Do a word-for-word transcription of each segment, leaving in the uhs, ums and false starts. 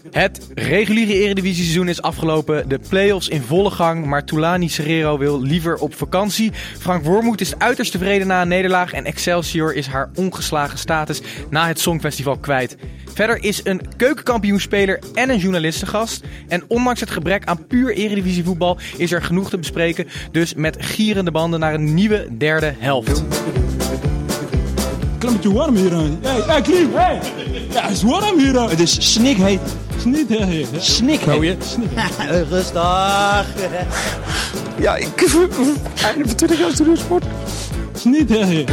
Het reguliere eredivisie-seizoen is afgelopen. De play-offs in volle gang, maar Tulani Serrero wil liever op vakantie. Frank Wormoed is uiterst tevreden na een nederlaag en Excelsior is haar ongeslagen status na het Songfestival kwijt. Verder is een keukenkampioenspeler en een journalistengast. En ondanks het gebrek aan puur eredivisievoetbal is er genoeg te bespreken. Dus met gierende banden naar een nieuwe derde helft. Klimmetje warm hier aan. Hey, hey, Klim, hey! Ja, het is warm hier aan. Het is snikheet. Snikheet. Snikheet. Snikheet. Rustig. Ja, ik... Einde van twintig jaar studiosport. Snikheet.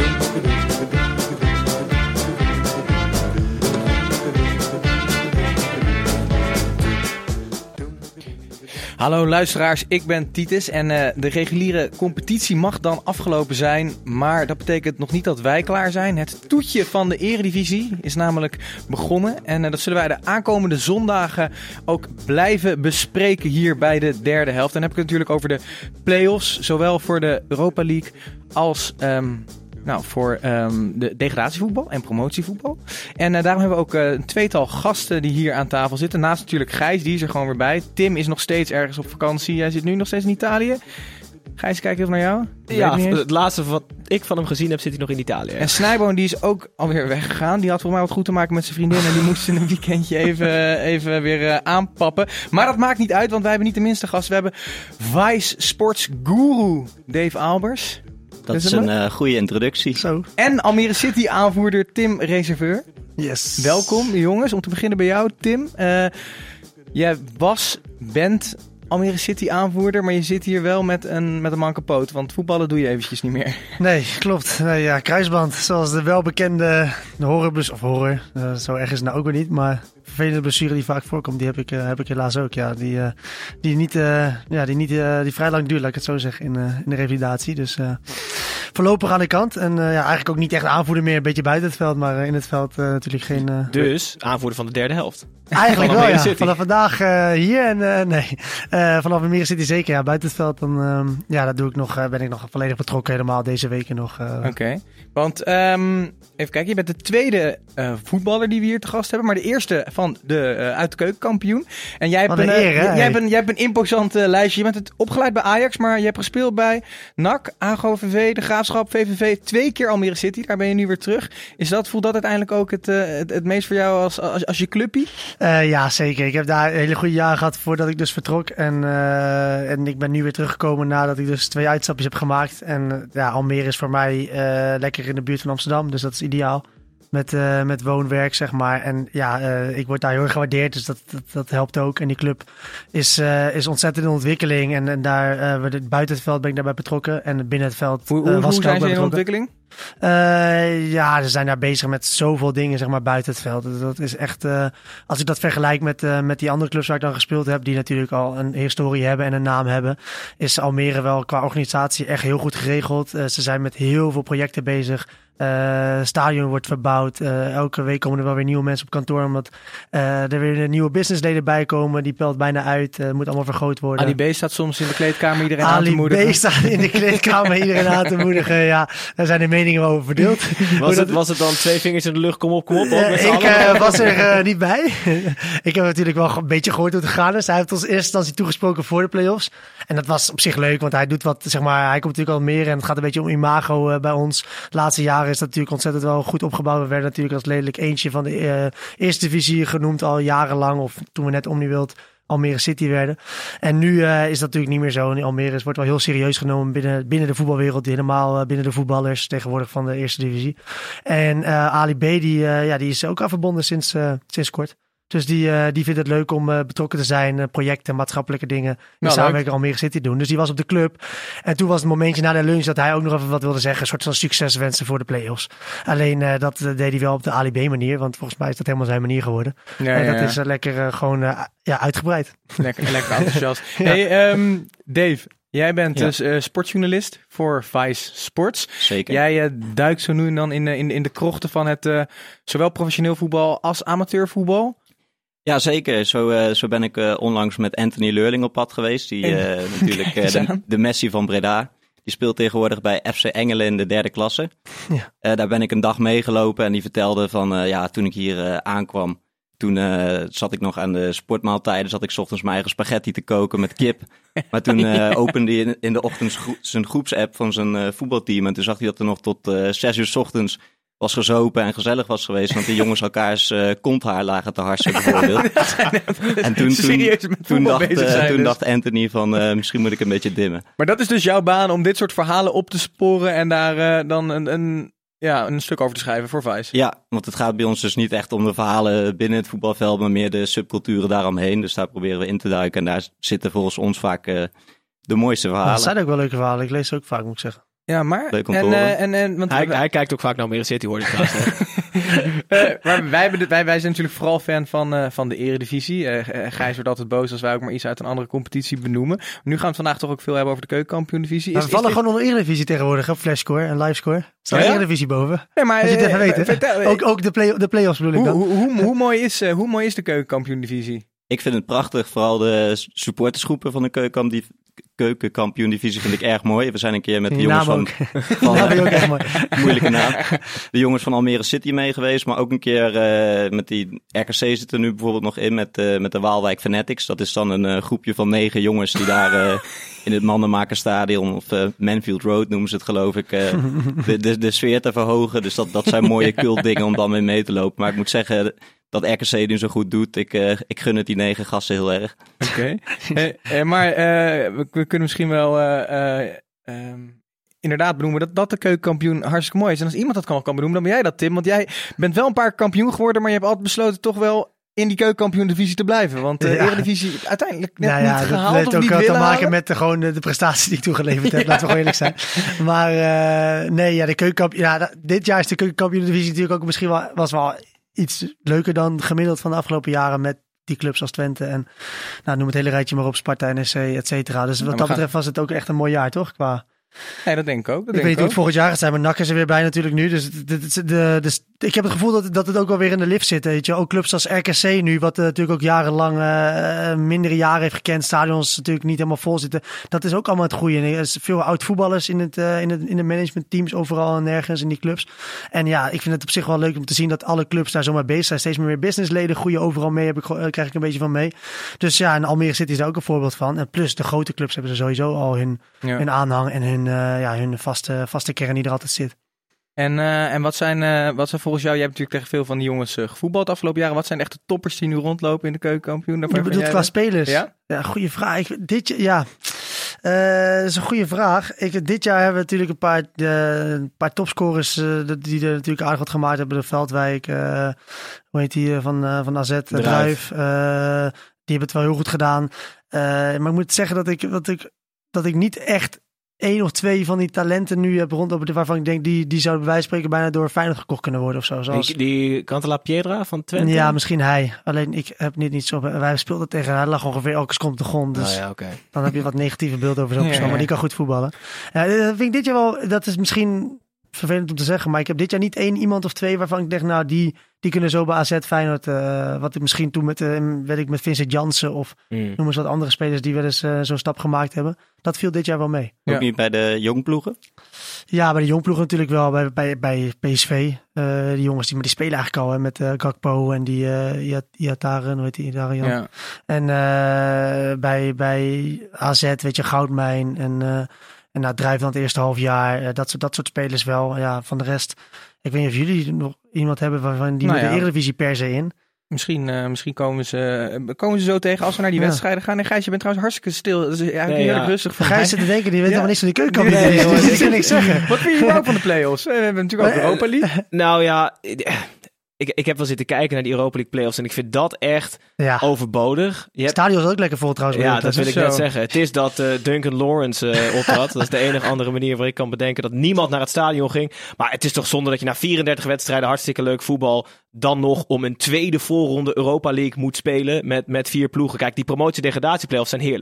Hallo luisteraars, ik ben Titus en uh, de reguliere competitie mag dan afgelopen zijn, maar dat betekent nog niet dat wij klaar zijn. Het toetje van de Eredivisie is namelijk begonnen en uh, dat zullen wij de aankomende zondagen ook blijven bespreken hier bij de derde helft. En dan heb ik het natuurlijk over de play-offs, zowel voor de Europa League als... Um, Nou, voor um, de degradatievoetbal en promotievoetbal. En uh, daarom hebben we ook uh, een tweetal gasten die hier aan tafel zitten. Naast natuurlijk Gijs, die is er gewoon weer bij. Tim is nog steeds ergens op vakantie. Hij zit nu nog steeds in Italië. Gijs, kijk even naar jou. Ja, het laatste wat ik van hem gezien heb, zit hij nog in Italië. En Snijboon, die is ook alweer weggegaan. Die had volgens mij wat goed te maken met zijn vriendin. En die moest in een weekendje even, even weer uh, aanpappen. Maar dat maakt niet uit, want wij hebben niet de minste gast. We hebben Vice Sports Guru Dave Albers. Dat is een uh, goede introductie. Zo. En Almere City aanvoerder Tim Reserveur. Yes. Welkom jongens. Om te beginnen bij jou, Tim. Uh, jij was, bent Almere City aanvoerder, maar je zit hier wel met een, met een manke poot. Want voetballen doe je eventjes niet meer. Nee, klopt. Nee, ja, kruisband. Zoals de welbekende horrorblessure, of horror, uh, zo erg is het nou ook weer niet, maar vervelende blessure die vaak voorkomt, die heb ik, uh, heb ik helaas ook. Ja, die, uh, die, niet, uh, ja, die, niet, uh, die vrij lang duurt, laat ik het zo zeggen, in, uh, in de revalidatie. Dus uh, voorlopig aan de kant. En uh, ja, eigenlijk ook niet echt aanvoerder meer, een beetje buiten het veld, maar uh, in het veld uh, natuurlijk geen... Uh, dus aanvoerder van de derde helft. Eigenlijk wel, ja. City. Vanaf vandaag uh, hier en uh, nee, uh, vanaf Almere City zeker. Ja, buiten het veld, dan uh, ja, dat doe ik nog, uh, ben ik nog volledig betrokken helemaal deze weken nog. Uh. Oké, okay. Want um, even kijken, je bent de tweede uh, voetballer die we hier te gast hebben, maar de eerste van de uh, uit de keukenkampioen. En jij hebt, een, een, eer, uh, jij, hebt een, jij hebt een imposant uh, lijstje. Je bent het opgeleid bij Ajax, maar je hebt gespeeld bij N A C, A G O V V, De Graafschap, V V V, twee keer Almere City. Daar ben je nu weer terug. Is dat, voelt dat uiteindelijk ook het, uh, het, het meest voor jou als, als, als je clubpie? Uh, ja, zeker. Ik heb daar een hele goede jaar gehad voordat ik dus vertrok. En, uh, en ik ben nu weer teruggekomen nadat ik dus twee uitstapjes heb gemaakt. En uh, ja, Almere is voor mij uh, lekker in de buurt van Amsterdam. Dus dat is ideaal. Met, uh, met woonwerk, zeg maar. En ja, uh, ik word daar heel erg gewaardeerd. Dus dat, dat, dat helpt ook. En die club is, uh, is ontzettend in ontwikkeling. En, en daar, uh, buiten het veld ben ik daarbij betrokken. En binnen het veld Hoe, uh, hoe, was hoe ik ook zijn ze in betrokken. ontwikkeling? Uh, ja, ze zijn daar bezig met zoveel dingen, zeg maar, buiten het veld. Dat is echt, uh, als ik dat vergelijk met, uh, met die andere clubs waar ik dan gespeeld heb, die natuurlijk al een historie hebben en een naam hebben, is Almere wel qua organisatie echt heel goed geregeld. Uh, ze zijn met heel veel projecten bezig. Uh, stadion wordt verbouwd. Uh, elke week komen er wel weer nieuwe mensen op kantoor, omdat uh, er weer nieuwe businessleden bij komen. Die pelt bijna uit. Uh, moet allemaal vergroot worden. Ali B staat soms in de kleedkamer iedereen Ali aan te moedigen. Ali B staat in de kleedkamer iedereen aan te moedigen. Ja, daar zijn de meningen over verdeeld. Was het, was het dan twee vingers in de lucht, kom op, kom op? op met uh, ik uh, was er uh, niet bij. Ik heb natuurlijk wel een beetje gehoord hoe het gegaan is. Hij heeft ons in eerste instantie toegesproken voor de play-offs. En dat was op zich leuk, want hij doet wat, zeg maar, hij komt natuurlijk al meer en het gaat een beetje om imago uh, bij ons. De laatste jaren is dat natuurlijk ontzettend wel goed opgebouwd. We werden natuurlijk als lelijk eentje van de uh, eerste divisie genoemd al jarenlang, of toen we net Omniworld Almere City werden. En nu uh, is dat natuurlijk niet meer zo. En Almere wordt wel heel serieus genomen binnen, binnen de voetbalwereld, helemaal uh, binnen de voetballers tegenwoordig van de eerste divisie. En uh, Ali B, die, uh, ja, die is ook aan verbonden sinds, uh, sinds kort. Dus die, uh, die vindt het leuk om uh, betrokken te zijn, uh, projecten, maatschappelijke dingen in nou, samenwerking Almere City doen. Dus die was op de club. En toen was het momentje na de lunch dat hij ook nog even wat wilde zeggen. Een soort van succeswensen voor de play-offs. Alleen uh, dat uh, deed hij wel op de Ali B manier. Want volgens mij is dat helemaal zijn manier geworden. Ja, en dat ja, ja. is uh, lekker uh, gewoon uh, ja, uitgebreid. Lekker, lekker enthousiast. ja. Hey, um, Dave. Jij bent ja. dus uh, sportjournalist voor Vice Sports. Zeker. Jij uh, duikt zo nu en dan in, in, in de krochten van het uh, zowel professioneel voetbal als amateurvoetbal. Ja, zeker. Zo, uh, zo ben ik uh, onlangs met Anthony Leurling op pad geweest. Die uh, natuurlijk uh, de, de Messi van Breda. Die speelt tegenwoordig bij F C Engelen in de derde klasse. Ja. Uh, daar ben ik een dag meegelopen en die vertelde van, uh, ja, toen ik hier uh, aankwam, toen uh, zat ik nog aan de sportmaaltijden, zat ik 's ochtends mijn eigen spaghetti te koken met kip. Maar toen uh, opende hij in, in de ochtend gro- zijn groepsapp van zijn uh, voetbalteam. En toen zag hij dat er nog tot uh, zes uur 's ochtends was gezopen en gezellig was geweest. Want die jongens elkaars uh, konthaar lagen te harsen bijvoorbeeld. En toen, toen, toen, dacht, uh, zijn, toen dus. dacht Anthony van uh, misschien moet ik een beetje dimmen. Maar dat is dus jouw baan om dit soort verhalen op te sporen en daar uh, dan een, een, ja, een stuk over te schrijven voor Vice. Ja, want het gaat bij ons dus niet echt om de verhalen binnen het voetbalveld, maar meer de subculturen daaromheen. Dus daar proberen we in te duiken en daar zitten volgens ons vaak uh, de mooiste verhalen. Dat zijn ook wel leuke verhalen. Ik lees ze ook vaak, moet ik zeggen. Ja, maar... Leuk om en, te horen. Uh, en, en, want hij, we, hij kijkt ook vaak naar Almere City, hoor ik trouwens. uh, maar wij, wij, wij, wij zijn natuurlijk vooral fan van, uh, van de Eredivisie. Uh, Gijs wordt altijd boos als wij ook maar iets uit een andere competitie benoemen. Nu gaan we het vandaag toch ook veel hebben over de Keukenkampioen-divisie. Maar we vallen dit... gewoon onder Eredivisie tegenwoordig, op Flashscore en Livescore. Staat de ja? Eredivisie boven. Nee, maar, Als je het even weet, vertel, ook, ook de, play, de play-offs bedoel ik dan. Hoe, hoe, hoe, hoe, mooi is, uh, hoe mooi is de Keukenkampioen-divisie? Ik vind het prachtig. Vooral de supportersgroepen van de Keukenkamp, die Keukenkampioen-divisie vind ik erg mooi. We zijn een keer met de jongens van... van naam ook echt mooi. Moeilijke naam. De jongens van Almere City mee geweest. Maar ook een keer uh, met die R K C zit er nu bijvoorbeeld nog in met, uh, met de Waalwijk Fanatics. Dat is dan een uh, groepje van negen jongens die daar uh, in het Mannenmakerstadion of uh, Manfield Road noemen ze het geloof ik. Uh, de, de, de sfeer te verhogen. Dus dat, dat zijn mooie cultdingen om dan mee mee te lopen. Maar ik moet zeggen... dat R K C nu zo goed doet. Ik, uh, ik gun het die negen gasten heel erg. Oké. Okay. uh, uh, maar uh, we, we kunnen misschien wel uh, uh, um, inderdaad benoemen dat, dat de keukenkampioen hartstikke mooi is. En als iemand dat kan, kan benoemen, dan ben jij dat, Tim. Want jij bent wel een paar kampioen geworden, maar je hebt altijd besloten toch wel in die keukenkampioen-divisie te blijven. Want de uh, ja. Eredivisie uiteindelijk net nou ja, niet gehaald dat of heeft niet ook willen te maken halen. met de, gewoon de, de prestaties die ik toegeleverd heb. Laten we gewoon eerlijk zijn. Maar uh, nee, ja, de keukenkampioen... Ja, dit jaar is de keukenkampioen-divisie natuurlijk ook misschien wel... was wel iets leuker dan gemiddeld van de afgelopen jaren met die clubs als Twente en nou, noem het hele rijtje maar op, Sparta, N E C, et cetera. Dus wat ja, dat betreft was het ook echt een mooi jaar, toch? Qua... Nee, dat denk ik ook. Dat ik denk weet niet hoe het volgend jaar gaat zijn, maar N A C is er weer bij natuurlijk nu. Dus de, de, de, de, ik heb het gevoel dat, dat het ook wel weer in de lift zit. Weet je? Ook clubs als R K C nu, wat uh, natuurlijk ook jarenlang uh, mindere jaren heeft gekend. Stadions natuurlijk niet helemaal vol zitten. Dat is ook allemaal het goede. Er is veel oud voetballers in, het, uh, in, het, in de managementteams, overal en nergens in die clubs. En ja, ik vind het op zich wel leuk om te zien dat alle clubs daar zomaar bezig zijn. Steeds meer businessleden groeien overal mee, heb ik, uh, krijg ik een beetje van mee. Dus ja, en Almere City is daar ook een voorbeeld van. En plus de grote clubs hebben ze sowieso al hun, ja. hun aanhang en hun, uh, ja, hun vaste, vaste kern die er altijd zit. En, uh, en wat, zijn, uh, wat zijn volgens jou, jij hebt natuurlijk tegen veel van die jongens uh, gevoetbald de afgelopen jaren. Wat zijn de echte toppers die nu rondlopen in de keukenkampioen? Je bedoelt qua spelers? Ja, ja goede vraag. Ik, dit, ja, uh, dat is een goede vraag. Ik, dit jaar hebben we natuurlijk een paar, uh, een paar topscorers uh, die er natuurlijk aardig wat gemaakt hebben. De Veldwijk, uh, hoe heet die, van, uh, van A Z, Druif. Uh, die hebben het wel heel goed gedaan. Uh, maar ik moet zeggen dat ik, dat ik, dat ik niet echt... één of twee van die talenten nu heb rondlopen waarvan ik denk die, die zouden bij wijze van spreken bijna door Feyenoord gekocht kunnen worden of zo. Zoals... Die, die Cantala Piedra van Twente? Ja, misschien hij. Alleen ik heb niet, niet zo... Wij speelden tegen hij lag ongeveer elke seconde op de grond. Dus oh ja, okay. Dan heb je wat negatieve beelden over zo'n persoon, ja, ja. Maar die kan goed voetballen. Ja, dat vind ik dit jaar wel... Dat is misschien vervelend om te zeggen, maar ik heb dit jaar niet één iemand of twee waarvan ik denk, nou, die, die kunnen zo bij A Z Feyenoord, uh, wat ik misschien toen met, uh, weet ik, met Vincent Janssen of mm. noem eens wat andere spelers die wel eens uh, zo'n stap gemaakt hebben. Dat viel dit jaar wel mee. Ook ja. niet bij de jongploegen? Ja, bij de jongploegen natuurlijk wel. Bij, bij, bij P S V. Uh, die jongens die, maar die spelen eigenlijk al hè, met uh, Gakpo en die uh, Iataren, hoe heet die daar, Jan? Ja. En uh, bij, bij A Z, weet je, Goudmijn en... Uh, En nou, drijft dan het eerste half jaar. Uh, dat, soort, dat soort spelers wel. Ja, van de rest. Ik weet niet of jullie nog iemand hebben waarvan die nou moet ja. de Eredivisie per se in. Misschien, uh, misschien komen, ze, komen ze zo tegen als we naar die ja. wedstrijden gaan. En Gijs, je bent trouwens hartstikke stil. Dat is eigenlijk nee, heel ja. rustig. Van Gijs zit te denken, die weet ja. helemaal niks van die keukenkampioen. Nee, nee, dat kan niks zeggen. Wat vind je nou van de play-offs? We hebben natuurlijk ook Europa League. Nou ja... Ik, ik heb wel zitten kijken naar die Europa League playoffs en ik vind dat echt ja. overbodig. Je hebt... Stadion is ook lekker vol trouwens. Ja, dat, dat wil ik zo. net zeggen. Het is dat uh, Duncan Lawrence uh, optrad. Dat is de enige andere manier waar ik kan bedenken dat niemand naar het stadion ging. Maar het is toch zonde dat je na vierendertig wedstrijden hartstikke leuk voetbal dan nog om een tweede voorronde Europa League moet spelen met, met vier ploegen. Kijk, die promotie-degradatie-playoffs zijn heerlijk.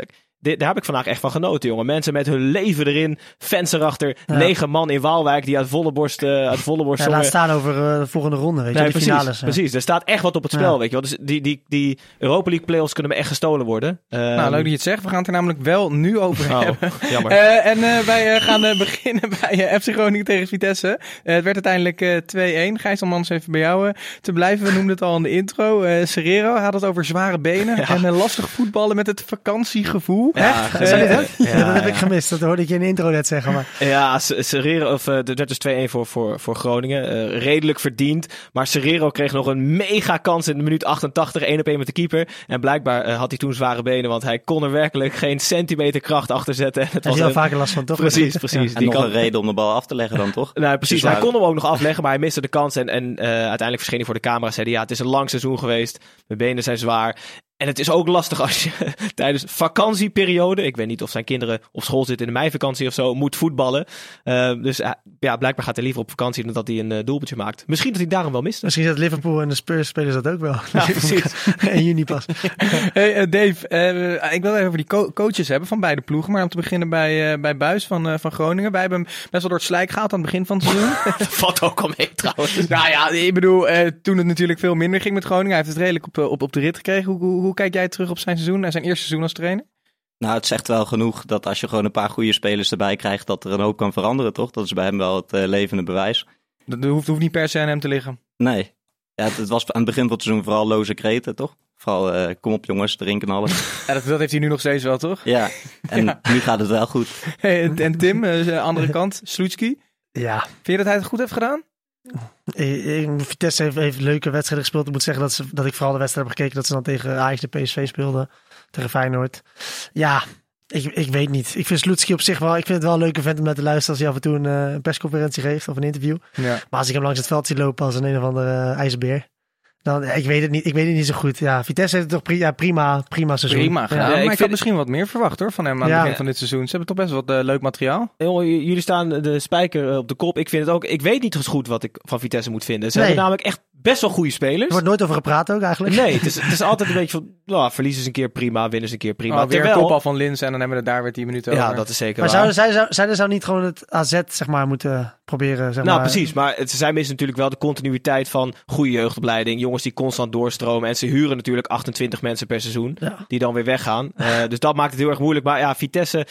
dit, daar heb ik vandaag echt van genoten, jongen. Mensen met hun leven erin, fans erachter, Ja. negen man in Waalwijk die uit volle borst, uh, uit volle borst Ja, zongen. laat staan over uh, de volgende ronde, weet je, Nee, de precies, finales. Ja. precies, er staat echt wat op het spel, Ja. weet je wel. Dus die, die, die Europa League playoffs kunnen me echt gestolen worden. Um, Nou, leuk dat je het zegt. We gaan het er namelijk wel nu over oh, hebben. jammer. Uh, en uh, wij uh, gaan uh, beginnen bij uh, F C Groningen tegen Vitesse. Uh, het werd uiteindelijk uh, twee-een. Gijs, om anders even bij jou uh, te blijven. We noemden het al in de intro. Uh, Serrero had het over zware benen Ja. en uh, lastig voetballen met het vakantiegevoel. Ja, Echt? Zei je dat? ja, Ja, dat heb ja. ik gemist. Dat hoorde ik je in de intro net zeggen. Maar... Ja, Serrero, of uh, het werd dus twee-een voor, voor, voor Groningen. Uh, redelijk verdiend. Maar Serrero kreeg nog een mega kans in de minuut achtentachtig. één op één met de keeper. En blijkbaar uh, had hij toen zware benen. Want hij kon er werkelijk geen centimeter kracht achter zetten. Het Daar was is al een... vaker last van, toch? Precies, precies. En Die nog kan... een reden om de bal af te leggen dan, toch? Nou, precies. Dus Hij waar- kon hem ook nog afleggen, maar hij miste de kans. En, en uh, uiteindelijk verscheen hij voor de camera. Zei hij, ja, het is een lang seizoen geweest. Mijn benen zijn zwaar. En het is ook lastig als je tijdens vakantieperiode, ik weet niet of zijn kinderen op school zitten in de meivakantie of zo, moet voetballen. Uh, dus uh, ja, blijkbaar gaat hij liever op vakantie dan dat hij een uh, doelpuntje maakt. Misschien dat hij daarom wel mist. Misschien dat Liverpool en de Spurs spelen dat ook wel. Ja, precies. In juni pas. Hey uh, Dave, uh, ik wil even over die co- coaches hebben van beide ploegen. Maar om te beginnen bij, uh, bij Buijs van, uh, van Groningen. Wij hebben hem best wel door het slijk gehaald aan het begin van het seizoen. Dat valt ook al mee trouwens. Nou ja, ik bedoel, uh, toen het natuurlijk veel minder ging met Groningen. Hij heeft het redelijk op, op, op de rit gekregen. Hoe, hoe, hoe kijk jij terug op zijn seizoen, zijn eerste seizoen als trainer? Nou, het zegt wel genoeg dat als je gewoon een paar goede spelers erbij krijgt, dat er een hoop kan veranderen, toch? Dat is bij hem wel het uh, levende bewijs. Dat hoeft, hoeft niet per se aan hem te liggen. Nee. Ja, het, het was aan het begin van het seizoen vooral loze kreten, toch? Vooral, uh, kom op jongens, drinken en alles. Ja, dat, dat heeft hij nu nog steeds wel, toch? Ja, en Ja. nu gaat het wel goed. Hey, en, en Tim, uh, de andere kant, Slutsky. Ja. Vind je dat hij het goed heeft gedaan? Eh, eh, Vitesse heeft, heeft leuke wedstrijden gespeeld. Ik moet zeggen dat, ze, dat ik vooral de wedstrijd heb gekeken dat ze dan tegen Ajax de P S V speelden. Tegen Feyenoord. Ja, ik, ik weet niet. Ik vind Slutsky op zich wel, ik vind het wel een leuke vent om naar te luisteren als hij af en toe een, uh, een persconferentie geeft of een interview. Ja. Maar als ik hem langs het veld zie lopen als een een of andere uh, ijsbeer. Dan, ja, ik weet het niet, ik weet het niet zo goed. Ja, Vitesse heeft het toch pri- ja, prima, prima seizoen. Prima gedaan. Ja. maar ik ik, vind- had misschien wat meer verwacht hoor, van hem aan Ja. het begin van dit seizoen. Ze hebben toch best wel wat uh, leuk materiaal. Jongen, j- jullie staan de spijker uh, op de kop. Ik vind het ook. Ik weet niet zo goed wat ik van Vitesse moet vinden. Ze Nee. hebben namelijk echt best wel goede spelers. Er wordt nooit over gepraat ook eigenlijk. Nee, het is, het is altijd een beetje van, nou, verliezen ze een keer prima, winnen ze een keer prima. Oh, weer een Terwijl, kopbal van Lins en dan hebben we het daar weer tien minuten ja, over. dat is zeker Maar waar. zouden zij, zou, zij zou niet gewoon het A Z zeg maar moeten proberen? Zeg Nou, maar. precies. Maar het, zij missen natuurlijk wel de continuïteit van goede jeugdopleiding. Jongens die constant doorstromen. En ze huren natuurlijk achtentwintig mensen per seizoen. Ja. Die dan weer weggaan. Uh, dus dat maakt het heel erg moeilijk. Maar ja, Vitesse...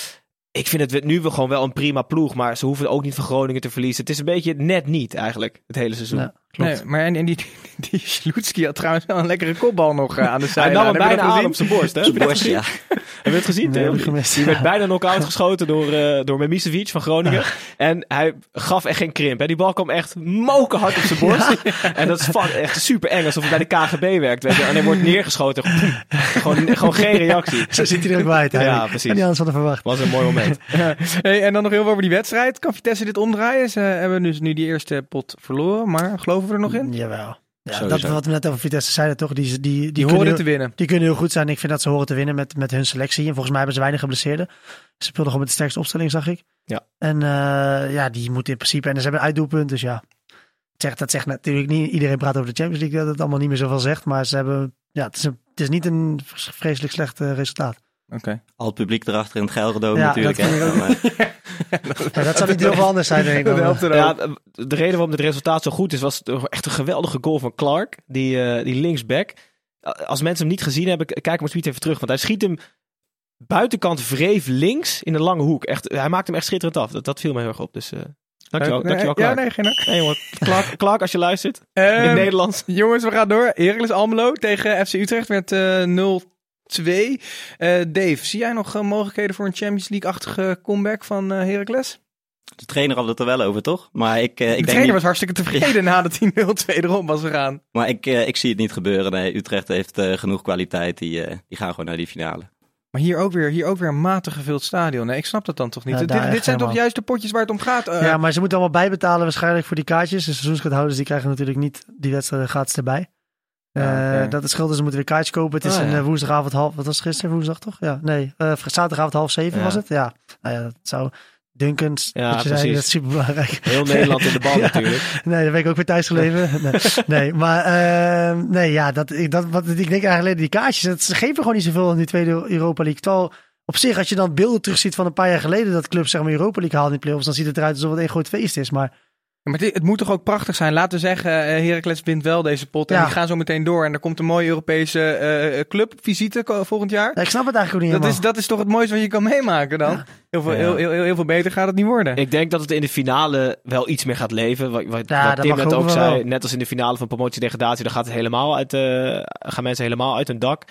Ik vind het nu wel gewoon wel een prima ploeg. Maar ze hoeven ook niet van Groningen te verliezen. Het is een beetje net niet eigenlijk, het hele seizoen. Ja, klopt. Nee, maar en, en die, die Slutsky had trouwens wel een lekkere kopbal nog uh, aan de Hij zijlijn. nam hem Heb je bijna dat aan op gezien? zijn borst. Hè? Heb je dat gezien? Ja. Heb je het gezien? Nee, Theo? heb ik gemist. Die werd bijna knock-out geschoten door, uh, door Memisevic van Groningen. En hij gaf echt geen krimp. Hè? Die bal kwam echt mokerhard op zijn borst. En dat is van, echt super eng. Alsof hij bij de K G B werkt. Weet je? En hij wordt neergeschoten. Gewoon, gewoon geen reactie. Zo ziet hij er ook bij uit. Ja, eigenlijk. precies. En niet anders hadden verwacht. Was een mooi moment. Hey, en dan nog heel veel over die wedstrijd. Kan Vitesse dit omdraaien? Ze hebben dus nu die eerste pot verloren. Maar geloven we er nog in? Jawel. Ja, dat Sowieso. wat we net over Vitesse zeiden toch. Die, die, die, Die, kunnen horen heel, te winnen. die kunnen heel goed zijn. Ik vind dat ze horen te winnen met, met hun selectie. En volgens mij hebben ze weinig geblesseerden. Ze speelden gewoon met de sterkste opstelling, zag ik. Ja. En uh, ja, die moeten in principe... En ze hebben een uitdoelpunt, dus ja. Het zegt, dat zegt natuurlijk niet... Iedereen praat over de Champions League, dat het allemaal niet meer zoveel zegt. Maar ze hebben... Ja, het is, een, het is niet een vreselijk slecht uh, resultaat. Oké. Okay. Al het publiek erachter in het Gelredome Ja, natuurlijk. dat vind hè. ik ook. Maar, Ja, dat zou niet heel veel anders zijn, denk ik. Dat dan. helpt er ook. Ja, de reden waarom het resultaat zo goed is, was echt een geweldige goal van Clark. Die, uh, die linksback. Als mensen hem niet gezien hebben, kijk maar eens even terug. Want hij schiet hem buitenkant wreef links in een lange hoek. Echt, hij maakt hem echt schitterend af. Dat, dat viel me heel erg op. Dus uh, dankjewel, Nee, dankjewel ja, Clark. nee, geen dank. Nee, jongen. Clark, Clark, als je luistert. In Um, het Nederlands. Jongens, we gaan door. Heracles Almelo tegen F C Utrecht werd uh, nul twee. Uh, Dave, zie jij nog uh, mogelijkheden voor een Champions League-achtige comeback van uh, Heracles? de trainer had het er wel over, toch? Maar ik, uh, ik de denk trainer niet, was hartstikke tevreden nadat hij nul twee erop was gegaan. maar ik, uh, ik zie het niet gebeuren. Nee, Utrecht heeft uh, genoeg kwaliteit. Die, uh, die gaan gewoon naar die finale. Maar hier ook weer, hier ook weer een matig gevuld stadion. Nee, ik snap dat dan toch niet. Ja, dit daar dit echt zijn toch helemaal. juist de potjes waar het om gaat? Uh, Ja, maar ze moeten allemaal bijbetalen waarschijnlijk voor die kaartjes. De seizoenskaarthouders die krijgen natuurlijk niet die wedstrijden gratis erbij. Uh, Ja, oké. Dat is schuld, dus ze moeten weer kaartjes kopen. Het is Oh, een ja. uh, woensdagavond half... Wat was het gisteren? Woensdag toch? Ja, nee. Uh, zaterdagavond half zeven Ja. was het? Ja. Nou ja, dat zou... Dunkens, Ja, moet je precies. zeggen, dat is super belangrijk. Heel Nederland in de bal Ja. natuurlijk. Nee, daar ben ik ook weer thuis gebleven. Nee, nee maar uh, nee, ja, dat, ik- dat, wat, ik denk eigenlijk, die kaartjes, dat, ze geven gewoon niet zoveel in die tweede Europa League. Terwijl op zich, als je dan beelden terugziet van een paar jaar geleden dat club zeg maar Europa League haalt in de playoffs, dan ziet het eruit alsof het een groot feest is. Maar Ja, maar het, het moet toch ook prachtig zijn. Laten we zeggen, uh, Heracles wint wel deze pot. En Ja. die gaan zo meteen door. En er komt een mooie Europese uh, clubvisite ko- volgend jaar. ja, ik snap het eigenlijk ook niet Dat helemaal. is, dat is toch het mooiste wat je kan meemaken dan? Ja. Heel, veel, Ja. heel, heel, heel, heel veel beter gaat het niet worden. Ik denk dat het in de finale wel iets meer gaat leven. Wat, wat, Ja, wat dat Tim mag net ook ook wel zei, wel. net als in de finale van promotie-degradatie, dan gaat het helemaal uit, uh, gaan mensen helemaal uit hun dak.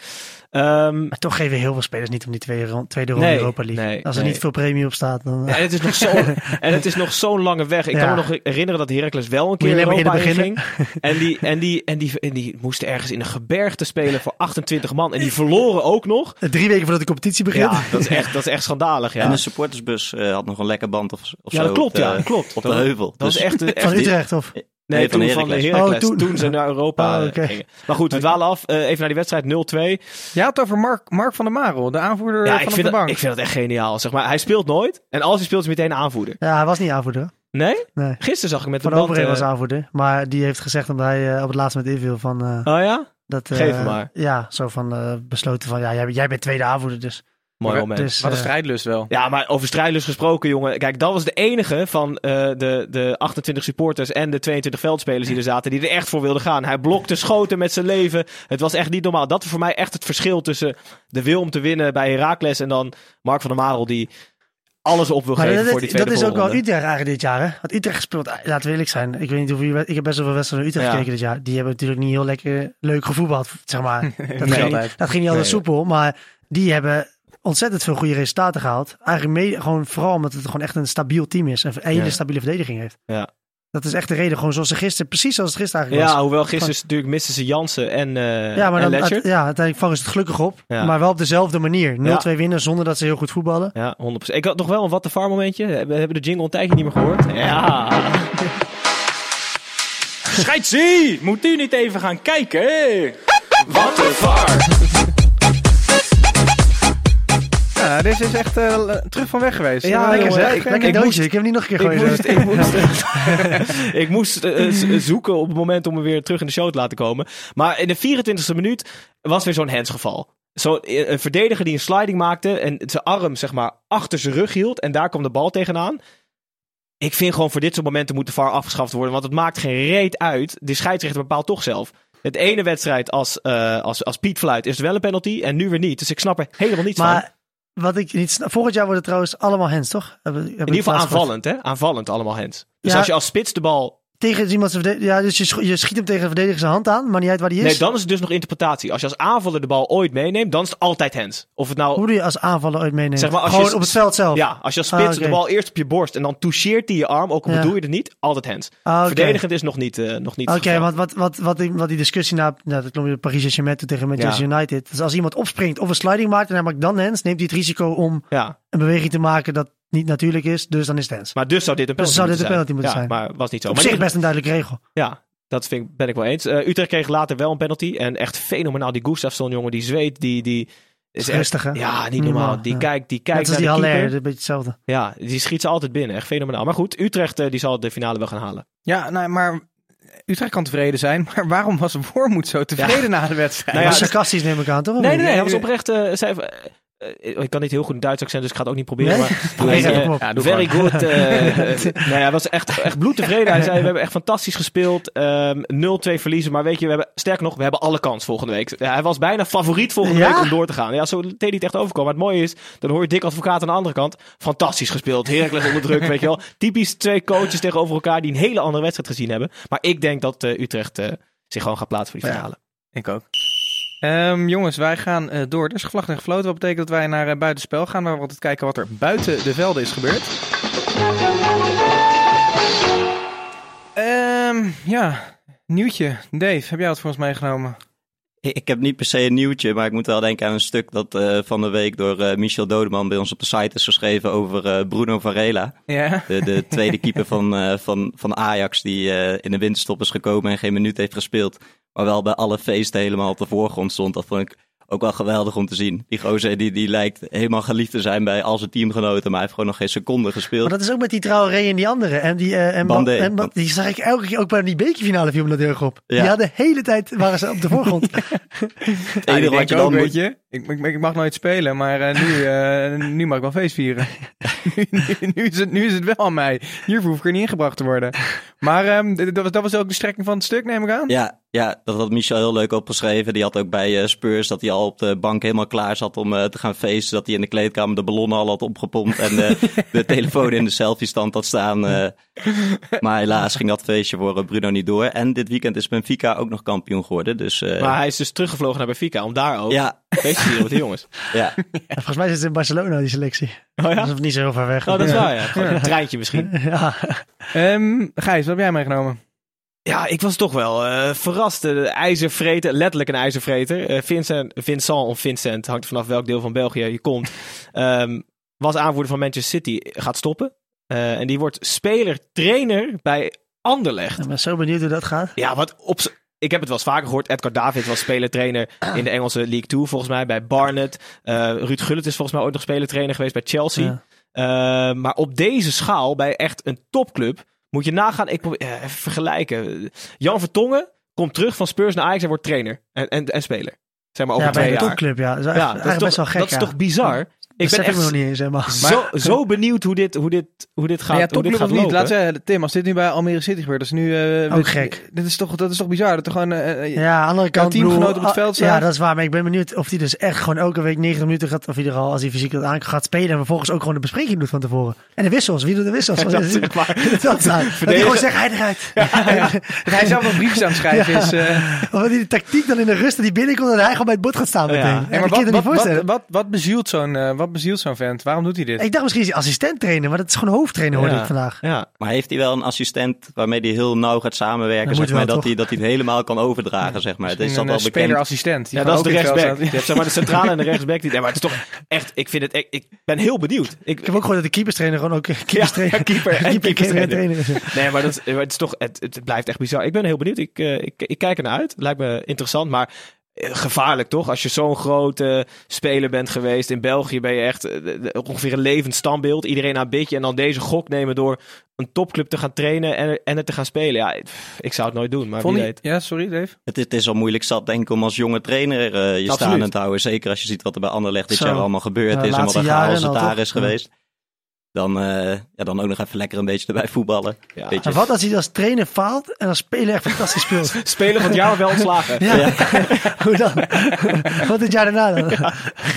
Um, Maar toch geven heel veel spelers niet om die tweede, ron- tweede ronde Nee, Europa League. nee, Als er nee. niet veel premie op staat, dan... en het is nog zo, en het is nog zo'n lange weg. Ik Ja. kan me nog herinneren dat Heracles wel een Moet je keer alleen maar Europa eerder in ging. En die, en, die, en, die, en die moesten ergens in een gebergte spelen voor achtentwintig man. En die verloren ook nog. Drie weken voordat de competitie begint. Ja, dat is echt, dat is echt schandalig. Ja, En de supportersbus uh, had nog een lekker band of, of ja zo. dat klopt. op de, Ja, dat klopt. Op de Dat- heuvel. Dat Dus- is echt, echt Van Utrecht, of? Nee, Nee, van toen de van de Heracles. Heracles. Oh, toen. toen. ze naar Europa Oh, oké. gingen. Maar goed, we dwalen af. Uh, even naar die wedstrijd nul twee. Je had het over Mark, Mark van der Marel, de aanvoerder Ja, van ik de vind, dat, bank. ik vind dat echt geniaal. Zeg maar, hij speelt nooit. En als hij speelt, is hij meteen aanvoerder. Ja, hij was niet aanvoerder. Nee? Nee. Gisteren zag ik met de Van band... Overheen uh, was aanvoerder. Maar die heeft gezegd, omdat hij uh, op het laatste met inviel van... Uh, Oh ja? dat, uh, Geef hem maar. Ja, zo van uh, besloten van, ja, jij, jij bent tweede aanvoerder, dus... Mooi Maar- moment. dus Wat een uh, strijdlust wel. Ja, maar over strijdlust gesproken, jongen. Kijk, dat was de enige van uh, de, de achtentwintig supporters en de tweeëntwintig veldspelers die er zaten, die er echt voor wilden gaan. Hij blokte schoten met zijn leven. Het was echt niet normaal. Dat is voor mij echt het verschil tussen de wil om te winnen bij Heracles en dan Mark van der Marel, die alles op wil Maar geven dat, voor die tweede dat is ook wel voorronde. Utrecht eigenlijk dit jaar, hè? Want Utrecht speelt, laten we eerlijk zijn. Ik weet niet hoeveel, ik heb best wel veel wedstrijden naar Utrecht Ja. gekeken dit jaar. Die hebben natuurlijk niet heel lekker leuk gevoetbald, zeg maar. Dat, Nee, ging, altijd. niet, dat ging niet altijd Nee. soepel, maar die hebben ontzettend veel goede resultaten gehaald. Eigenlijk mee, gewoon vooral omdat het gewoon echt een stabiel team is en een hele Ja. stabiele verdediging heeft. Ja. Dat is echt de reden, gewoon zoals ze gisteren, precies zoals het gisteren eigenlijk Ja, was. hoewel gisteren is natuurlijk misten ze Jansen en, uh, Ja, maar en dan, Ledger. uit- ja, uiteindelijk vangen ze het gelukkig op. Ja. Maar wel op dezelfde manier. nul twee winnen zonder dat ze heel goed voetballen. Ja, honderd procent. Ik had nog wel een What the Var momentje. We hebben de jingle een tijdje niet meer gehoord. Ja. Scheidsie, moet u niet even gaan kijken? Wat de var. Ja, deze is echt uh, terug van weg geweest. Ja, Lekker jongen, zeg. ik- Lekker ik doosje, moest- ik heb hem niet nog een keer Ik gegooid. moest, ik moest, ik moest uh, z- zoeken op het moment om me weer terug in de show te laten komen. Maar in de vierentwintigste minuut was weer zo'n handsgeval. Zo, een verdediger die een sliding maakte en zijn arm zeg maar achter zijn rug hield. En daar kwam de bal tegenaan. Ik vind gewoon voor dit soort momenten moet de V A R afgeschaft worden. Want het maakt geen reet uit. De scheidsrechter bepaalt toch zelf. Het ene wedstrijd als, uh, als, als Piet fluit is het wel een penalty. En nu weer niet. Dus ik snap er helemaal niets van. Maar wat ik niet snap, volgend jaar worden het trouwens allemaal hands, toch? Heb, heb In ieder geval aanvallend, hè? Aanvallend allemaal hands. Dus Ja. als je als spits de bal... Tegen iemand zijn verdediger, ja, dus je, sch- je schiet hem tegen de verdediger zijn hand aan, maar niet uit waar die is. Nee, dan is het dus nog interpretatie. Als je als aanvaller de bal ooit meeneemt, dan is het altijd hands. Of het nou... Hoe doe je als aanvaller ooit meenemen? Zeg maar, als Gewoon je- op het veld zelf? Ja, als je als spits Ah, oké. de bal eerst op je borst en dan toucheert hij je arm, ook al Ja. bedoel je het niet, altijd hands. Ah, oké. Verdedigend is nog niet, uh, nog niet het Oké, geval. want wat, wat, wat, die, wat die discussie na, nou, dat klonk je Paris Saint-Germain toen tegen Manchester Ja. United. Dus als iemand opspringt of een sliding maakt en hij maakt dan hands, neemt hij het risico om Ja, een beweging te maken dat niet natuurlijk is, dus dan is het hands. maar dus zou dit een Dus penalty zou dit een moeten penalty zijn. moeten ja, maar was niet zo. Op Maar zich niet- best een duidelijke regel. Ja, dat vind ik, ben ik wel eens. Uh, Utrecht kreeg later wel een penalty. En echt fenomenaal. Die Gustafsson, jongen, die zweet, die... die is echt- Rustig, hè? Ja, niet Niet normaal. normaal, Die ja. kijkt, die Net kijkt als naar die de Haller, keeper. dat is een beetje hetzelfde. Ja, die schiet ze altijd binnen. Echt fenomenaal. Maar goed, Utrecht uh, die zal de finale wel gaan halen. Ja, nou, maar Utrecht kan tevreden zijn. Maar waarom was Wormoed zo tevreden na de wedstrijd? Nou ja, Maar sarcastisch neem ik aan, toch? Of Nee, nee, niet? nee. Hij was oprecht... uh, zei, uh, uh, ik kan niet heel goed een Duits accent, dus ik ga het ook niet proberen. Nee? Maar, Nee, hij, zeg uh, maar op. Ja, doe very gewoon. good. Uh, uh, nee, hij was echt, echt bloedtevreden. Hij zei, we hebben echt fantastisch gespeeld. Um, nul twee verliezen. Maar weet je, we hebben, sterker nog, we hebben alle kans volgende week. Ja, hij was bijna favoriet volgende Ja? week om door te gaan. Ja, zo deed hij het echt overkomen. Maar het mooie is, dan hoor je Dick Advocaat aan de andere kant. Fantastisch gespeeld. Heracles onder druk, weet je wel. Typisch twee coaches tegenover elkaar die een hele andere wedstrijd gezien hebben. Maar ik denk dat uh, Utrecht uh, zich gewoon gaat plaatsen voor die Ja. finale. Ik ook. Um, jongens, wij gaan uh, door. Er is gevlacht en gefloten. Wat betekent dat wij naar uh, buitenspel gaan. Waar we altijd kijken wat er buiten de velden is gebeurd. Um, ja, nieuwtje. Dave, heb jij wat voor ons meegenomen? Ik heb niet per se een nieuwtje, maar ik moet wel denken aan een stuk dat uh, van de week door uh, Michel Dodeman bij ons op de site is geschreven over uh, Bruno Varela. Ja. De, de tweede keeper van, uh, van, van Ajax die uh, in de winterstop is gekomen en geen minuut heeft gespeeld. Maar wel bij alle feesten helemaal op de voorgrond stond. Dat vond ik ook wel geweldig om te zien. Die gozer die, die lijkt helemaal geliefd te zijn bij al zijn teamgenoten, maar hij heeft gewoon nog geen seconde gespeeld. Maar dat is ook met die Traoré en die andere. En die, uh, en Bandé. en Ba- die zag ik elke keer ook bij die bekerfinale viel me dat heel erg op. Ja. Die hadden de hele tijd, waren ze op de voorgrond. Het Ja, enige ik wat denk je ook, dan weet moet, je. Ik, ik, ik mag nooit spelen, maar uh, nu, uh, nu mag ik wel feest vieren. nu, nu, nu, is het, nu is het wel aan mij. Hiervoor hoef ik er niet ingebracht te worden. Maar um, dat, was, dat was ook de strekking van het stuk, neem ik aan? Ja, ja, dat had Michel heel leuk opgeschreven. Die had ook bij uh, Spurs dat hij al op de bank helemaal klaar zat om uh, te gaan feesten. Dat hij in de kleedkamer de ballonnen al had opgepompt en uh, de telefoon in de selfie-stand had staan. Uh, maar helaas ging dat feestje voor uh, Bruno niet door. En dit weekend is Benfica ook nog kampioen geworden. Dus, uh, maar hij is dus teruggevlogen naar Benfica om daar ook ja. feestje te vieren met de jongens. Ja. Ja, volgens mij zit het in Barcelona, die selectie. Oh ja? Dat is niet zo heel ver weg. Oh, dat is ja. waar, ja. Gewoon een treintje misschien. Ja. Um, Gijs, wat heb jij meegenomen? Ja, ik was toch wel uh, verrast. De ijzervreter, letterlijk een ijzervreter. Uh, Vincent, Vincent of Vincent, hangt vanaf welk deel van België je komt. Um, was aanvoerder van Manchester City, gaat stoppen. Uh, en die wordt speler-trainer bij Anderlecht. Ik ben zo benieuwd hoe dat gaat. Ja, wat op z- ik heb het wel eens vaker gehoord. Edgar David was speler-trainer in de Engelse League twee, volgens mij, bij Barnet. Uh, Ruud Gullit is volgens mij ooit nog speler-trainer geweest bij Chelsea. Ja. Uh, maar op deze schaal, bij echt een topclub, moet je nagaan. Ik probeer, uh, even vergelijken. Jan Vertongen komt terug van Spurs naar Ajax en wordt trainer en, en, en speler. Zeg maar over ja, twee bij een jaar. topclub, ja. Dat is, Ja, dat is, toch, best wel gek, dat is ja. toch bizar? Ja. Ik ben echt echt nog niet eens helemaal. zo, zo benieuwd hoe dit, hoe dit, hoe dit gaat, Ja, hoe dit topclub gaat of niet? lopen. Laat zeggen, Tim, als dit nu bij Almere City gebeurt, dat is nu... Uh, Ook gek. Dit is toch, dat is toch bizar? Dat er gewoon... Uh, Ja, aan de andere kant... teamgenoot bedoel, op het veld staan. Ja, dat is waar. Maar ik ben benieuwd of hij dus echt gewoon elke week negentig minuten gaat... Of in ieder geval, als hij fysiek dat aan gaat spelen... en vervolgens ook gewoon de bespreking doet van tevoren. En de wissels. Wie doet de wissels? Dat, dat, maar, dat, dat hij gewoon zegt, hij eruit. Ja, ja. Dat hij zelf wel briefjes aan het schrijven Ja. is. Uh... Of dat hij de tactiek dan in de rust dat hij binnenkomt... en hij gewoon bij het bord gaat staan meteen. Ja. Ja, Ja, maar dat kun je wat, je wat, niet voorstellen. wat, wat, wat bezielt zo'n uh, wat bezielt zo'n vent? Waarom doet hij dit? Ik dacht misschien is hij assistent trainer... maar dat is gewoon hoofdtrainer hoorde Ja. ik vandaag. ja. Maar heeft hij wel een assistent waarmee hij heel nauw gaat samenwerken, Dat zeg moet maar, wel, dat hij, toch? dat hij het helemaal kan overdragen, zeg maar. Het is Misschien dat een al uh, bekend. spelerassistent. die Ja, gewoon dat is de ook in het rechtsback. veld Je hebt zeg maar de centrale en de rechtsback. Die, nee, maar het is toch echt... Ik vind het... Ik, ik ben heel benieuwd. Ik, Ik heb ook gehoord dat de keeperstrainer gewoon ook keeperstrainer, Ja, keeper en keeper, keeperstrainer. trainer is. Nee, maar dat, het, is toch, het, het blijft echt bizar. Ik ben heel benieuwd. Ik, uh, ik, ik kijk ernaar uit. Lijkt me interessant, maar uh, gevaarlijk toch? Als je zo'n grote uh, speler bent geweest. In België ben je echt uh, ongeveer een levend standbeeld. Iedereen aanbidt je. En dan deze gok nemen door een topclub te gaan trainen en, en er te gaan spelen. Ja, ik zou het nooit doen, maar Vond wie hij- weet. Ja, sorry Dave. Het is, het is al moeilijk zat, denk ik, om als jonge trainer uh, je Absoluut. staan te houden. Zeker als je ziet wat er bij Anderlecht dit Zo. jaar allemaal gebeurd Ja, is. En wat laatste een jaren chaos het al, daar toch? is geweest. Dan, uh, ja, dan ook nog even lekker een beetje erbij voetballen. Ja. Beetje. En wat als hij als trainer faalt en als speler echt fantastisch speelt? Speler van het jaar maar wel ontslagen. Ja, hoe dan? Wat het jaar daarna dan? Ja,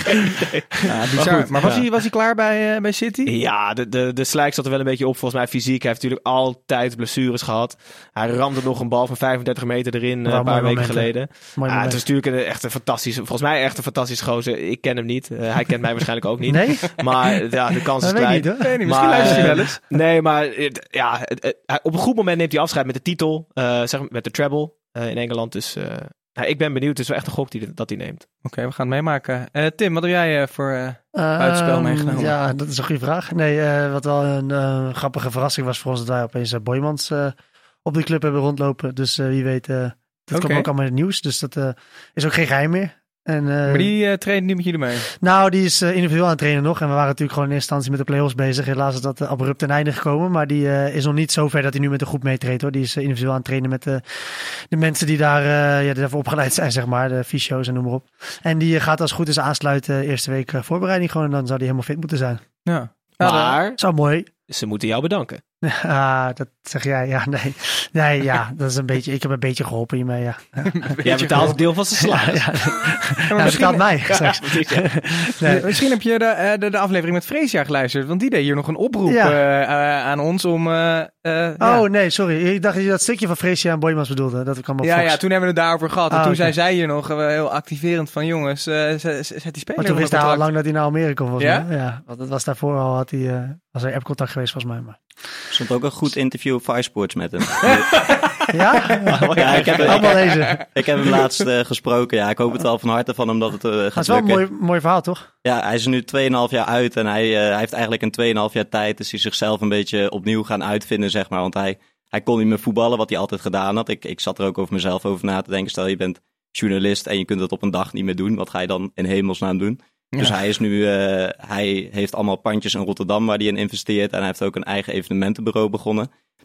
bizar. Maar, goed, was, ja. hij, was hij klaar bij, uh, bij City? Ja, de, de, de slijk zat er wel een beetje op. Volgens mij fysiek. Hij heeft natuurlijk altijd blessures gehad. Hij ramde nog een bal van vijfendertig meter erin uh, Wel een paar mooi weken moment, hè? geleden. Mooi Ja, het moment. is natuurlijk een, echt een fantastische, volgens mij echt een fantastische gozer. Ik ken hem niet. Uh, hij kent mij waarschijnlijk ook niet. Nee? Maar ja, de kans is Dat weet klein. ik niet hoor. Nee, niet. Misschien Maar, luistert hij eh, wel eens. Nee, maar het- ja, het- het- hij- op een goed moment neemt hij afscheid met de titel. uh, zeg maar met de treble uh, in Engeland. Dus uh, nou, ik ben benieuwd. Het is wel echt een gok die, dat hij neemt. Oké, we gaan het meemaken. Uh, Tim, wat heb jij uh, voor... Uh... buitenspel Ehm, meegenomen? Ja, dat is een goede vraag. Nee, uh, wat wel een uh, grappige verrassing was voor ons... dat wij opeens uh, Boymans uh, op de club hebben rondlopen. Dus uh, wie weet, uh, dat Oké. komt ook allemaal in het nieuws. Dus dat uh, is ook geen geheim meer. En, uh, Maar die uh, traint nu met jullie mee. Nou, die is uh, individueel aan het trainen nog. En we waren natuurlijk gewoon in eerste instantie met de play-offs bezig. Helaas is dat uh, abrupt ten einde gekomen. Maar die uh, is nog niet zo ver dat hij nu met de groep meetreedt hoor. Die is uh, individueel aan het trainen met uh, de mensen die daar uh, ja, die daarvoor opgeleid zijn, zeg maar. De fysio's en noem maar op. En die uh, gaat als het goed is aansluiten. Eerste week uh, voorbereiding gewoon. En dan zou die helemaal fit moeten zijn. Ja. Ja, Maar Zou mooi. ze moeten jou bedanken. Ah, dat zeg jij. Ja, nee. Nee, ja, dat is een beetje... Ik heb een beetje geholpen hiermee, ja. Jij betaalt een deel van zijn Ja, salaris. ja. maar Ja, misschien- betaalt mij. straks. precies, ja. Nee. Misschien heb je de, uh, de, de aflevering met Freesia geluisterd. Want die deed hier nog een oproep Ja. uh, uh, aan ons om... Uh, uh, Oh, ja. nee, sorry. Ik dacht dat je dat stukje van Freesia en Boymans bedoelde. Dat kwam op Ja, Fox. ja, toen hebben we het daarover gehad. En Ah, toen oké. zei zij hier nog uh, heel activerend van... Jongens, uh, zet, zet die speler Maar toen wist hij al contract. lang dat hij naar Almere kon, volgens Ja? mij. Ja, want dat was daarvoor al, had hij, uh, was hij appcontact geweest, volgens mij. Maar... Er stond ook een goed interview op Five Sports met hem. Ja? Ja, ik heb, ik, Allemaal lezen. ik heb hem laatst uh, gesproken. Ja, ik hoop het wel van harte van hem dat het uh, Dat gaat is wel een lukken. mooi, mooi verhaal, toch? Ja, hij is er nu twee komma vijf jaar uit en hij, uh, hij heeft eigenlijk in twee komma vijf jaar tijd is hij zichzelf een beetje opnieuw gaan uitvinden, zeg maar. Want hij, hij kon niet meer voetballen, wat hij altijd gedaan had. Ik, ik zat er ook over mezelf over na te denken. Stel, je bent journalist en je kunt het op een dag niet meer doen. Wat ga je dan in hemelsnaam doen? Ja. Dus hij is nu, uh, hij heeft allemaal pandjes in Rotterdam waar hij in investeert. En hij heeft ook een eigen evenementenbureau begonnen.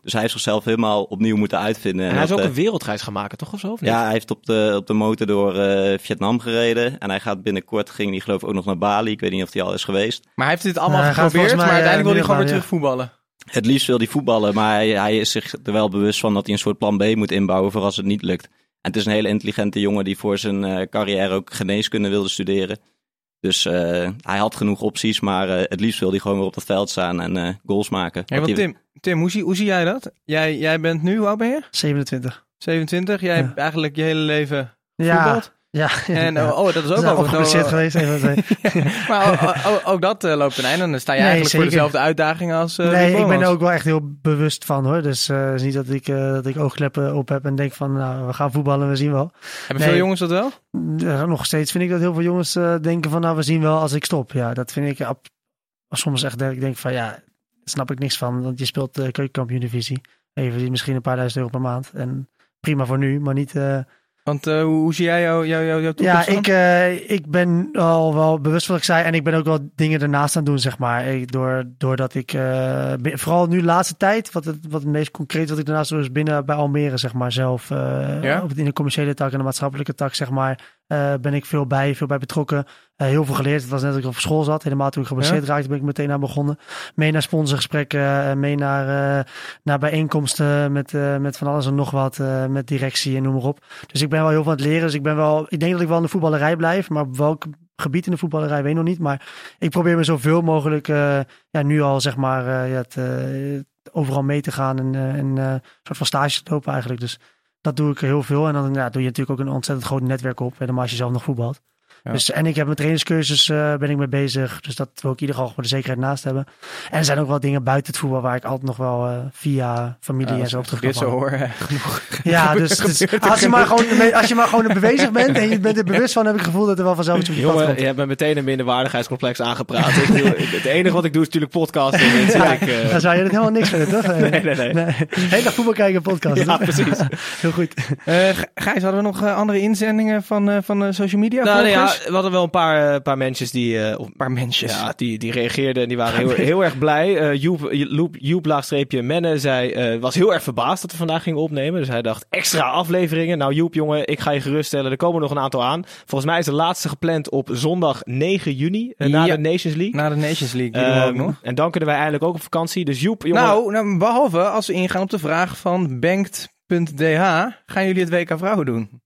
Dus hij heeft zichzelf helemaal opnieuw moeten uitvinden. En En hij is dat, ook eh, een wereldreis gaan maken, toch? Of zo? Of niet? Ja, hij heeft op de, op de motor door uh, Vietnam gereden. En hij gaat binnenkort, ging hij geloof ik ook nog naar Bali. Ik weet niet of hij al is geweest. Maar hij heeft dit allemaal Uh, hij gaat geprobeerd, volgens maar mij, uiteindelijk uh, wil hij gewoon weer middelbaar, terug voetballen. Het liefst wil hij voetballen, maar hij, hij is zich er wel bewust van dat hij een soort plan B moet inbouwen voor als het niet lukt. En het is een hele intelligente jongen die voor zijn uh, carrière ook geneeskunde wilde studeren. Dus uh, hij had genoeg opties, maar uh, het liefst wil hij gewoon weer op het veld staan en uh, goals maken. Hey, Wat want hij- Tim, Tim hoe, zie, hoe zie jij dat? Jij, jij bent nu, hoe oud ben je? zevenentwintig. zevenentwintig. Jij Ja. hebt eigenlijk je hele leven Ja, voetbald. ja. En ja. oh, oh, dat is ook We zijn wel opgeblesseerd geweest. Even twee. Maar oh, oh, oh, ook dat uh, loopt ten einde. En dan sta je Nee, eigenlijk zeker. voor dezelfde uitdaging als uh, Nee, Ruud ik ben er Boomans. ook wel echt heel bewust van hoor. Dus uh, het is niet dat ik, uh, dat ik oogkleppen op heb en denk van nou, we gaan voetballen, we zien wel. Hebben Nee. veel jongens dat wel? Uh, nog steeds vind ik dat heel veel jongens uh, denken van nou, we zien wel als ik stop. Ja, dat vind ik uh, soms echt dat ik denk van ja, daar snap ik niks van. Want je speelt de uh, keukenkampioen-divisie. En je verdient misschien een paar duizend euro per maand. En prima voor nu, maar niet... Uh, Want uh, hoe, hoe zie jij jou, jou, jou, jouw toekomst Ja, dan? ik, uh, ik ben al wel bewust van wat ik zei. En ik ben ook wel dingen ernaast aan het doen, zeg maar. Ik, door, doordat ik, uh, vooral nu de laatste tijd, wat het, wat het meest concreet wat ik daarnaast doe, is binnen bij Almere, zeg maar, zelf. Uh, Ja? op het, in de commerciële tak en de maatschappelijke tak, zeg maar, uh, ben ik veel bij, veel bij betrokken. Uh, heel veel geleerd. Het was net dat ik op school zat. Helemaal toen ik geblesseerd Ja? raakte, ben ik meteen aan begonnen. Mee naar sponsorgesprekken, uh, mee naar, uh, naar bijeenkomsten met, uh, met van alles en nog wat, uh, met directie en noem maar op. Dus ik ben wel heel veel aan het leren. Dus ik ben wel, ik denk dat ik wel in de voetballerij blijf, maar op welk gebied in de voetballerij weet ik nog niet. Maar ik probeer me zoveel mogelijk, uh, ja, nu al zeg maar, uh, ja, het, uh, overal mee te gaan en, uh, en uh, een soort van stage te lopen eigenlijk. Dus dat doe ik heel veel. En dan ja, doe je natuurlijk ook een ontzettend groot netwerk op, helemaal als je zelf nog voetbalt. Ja. Dus, en ik heb mijn trainingscursus uh, ben ik mee bezig. Dus dat wil ik in ieder geval voor de zekerheid naast hebben. En er zijn ook wel dingen buiten het voetbal waar ik altijd nog wel uh, via familie Ja, en zo op als ik terug dit kan zo vallen. hoor. Genoeg. Ja, dus, dus als, je maar gewoon, als je maar gewoon bezig bent en je bent er bewust van, heb ik het gevoel dat er wel vanzelf iets op je pad Jongen, komt. je hebt me meteen een minderwaardigheidscomplex aangepraat. Ik bedoel, het enige wat ik doe is natuurlijk podcasten. Mensen, Ja, ik, uh... dan zou je het helemaal niks vinden, toch? Nee, nee, nee. nee. Hele dag voetbal kijken, podcast. Ja, toch? precies. Heel goed. Uh, Gijs, hadden we nog uh, andere inzendingen van, uh, van uh, social media? Nou, nee, ja, volgers? we hadden wel een paar, uh, paar mensen die, uh, of, Een paar mensjes. ja, die, die reageerden en die waren heel, heel erg blij. Uh, Joep, Joep, Joep laagstreepje Menne zei, uh, was heel erg verbaasd dat we vandaag gingen opnemen. Dus hij dacht, extra afleveringen. Nou Joep, jongen, ik ga je geruststellen. Er komen nog een aantal aan. Volgens mij is de laatste gepland op zondag negen juni. Uh, na Ja. de Nations League. Na de Nations League, die doen we ook Um, nog. en dan kunnen wij eigenlijk ook op vakantie. Dus Joep, jongen. Nou, nou, behalve als we ingaan op de vraag van bankt punt d h, gaan jullie het W K Vrouwen doen?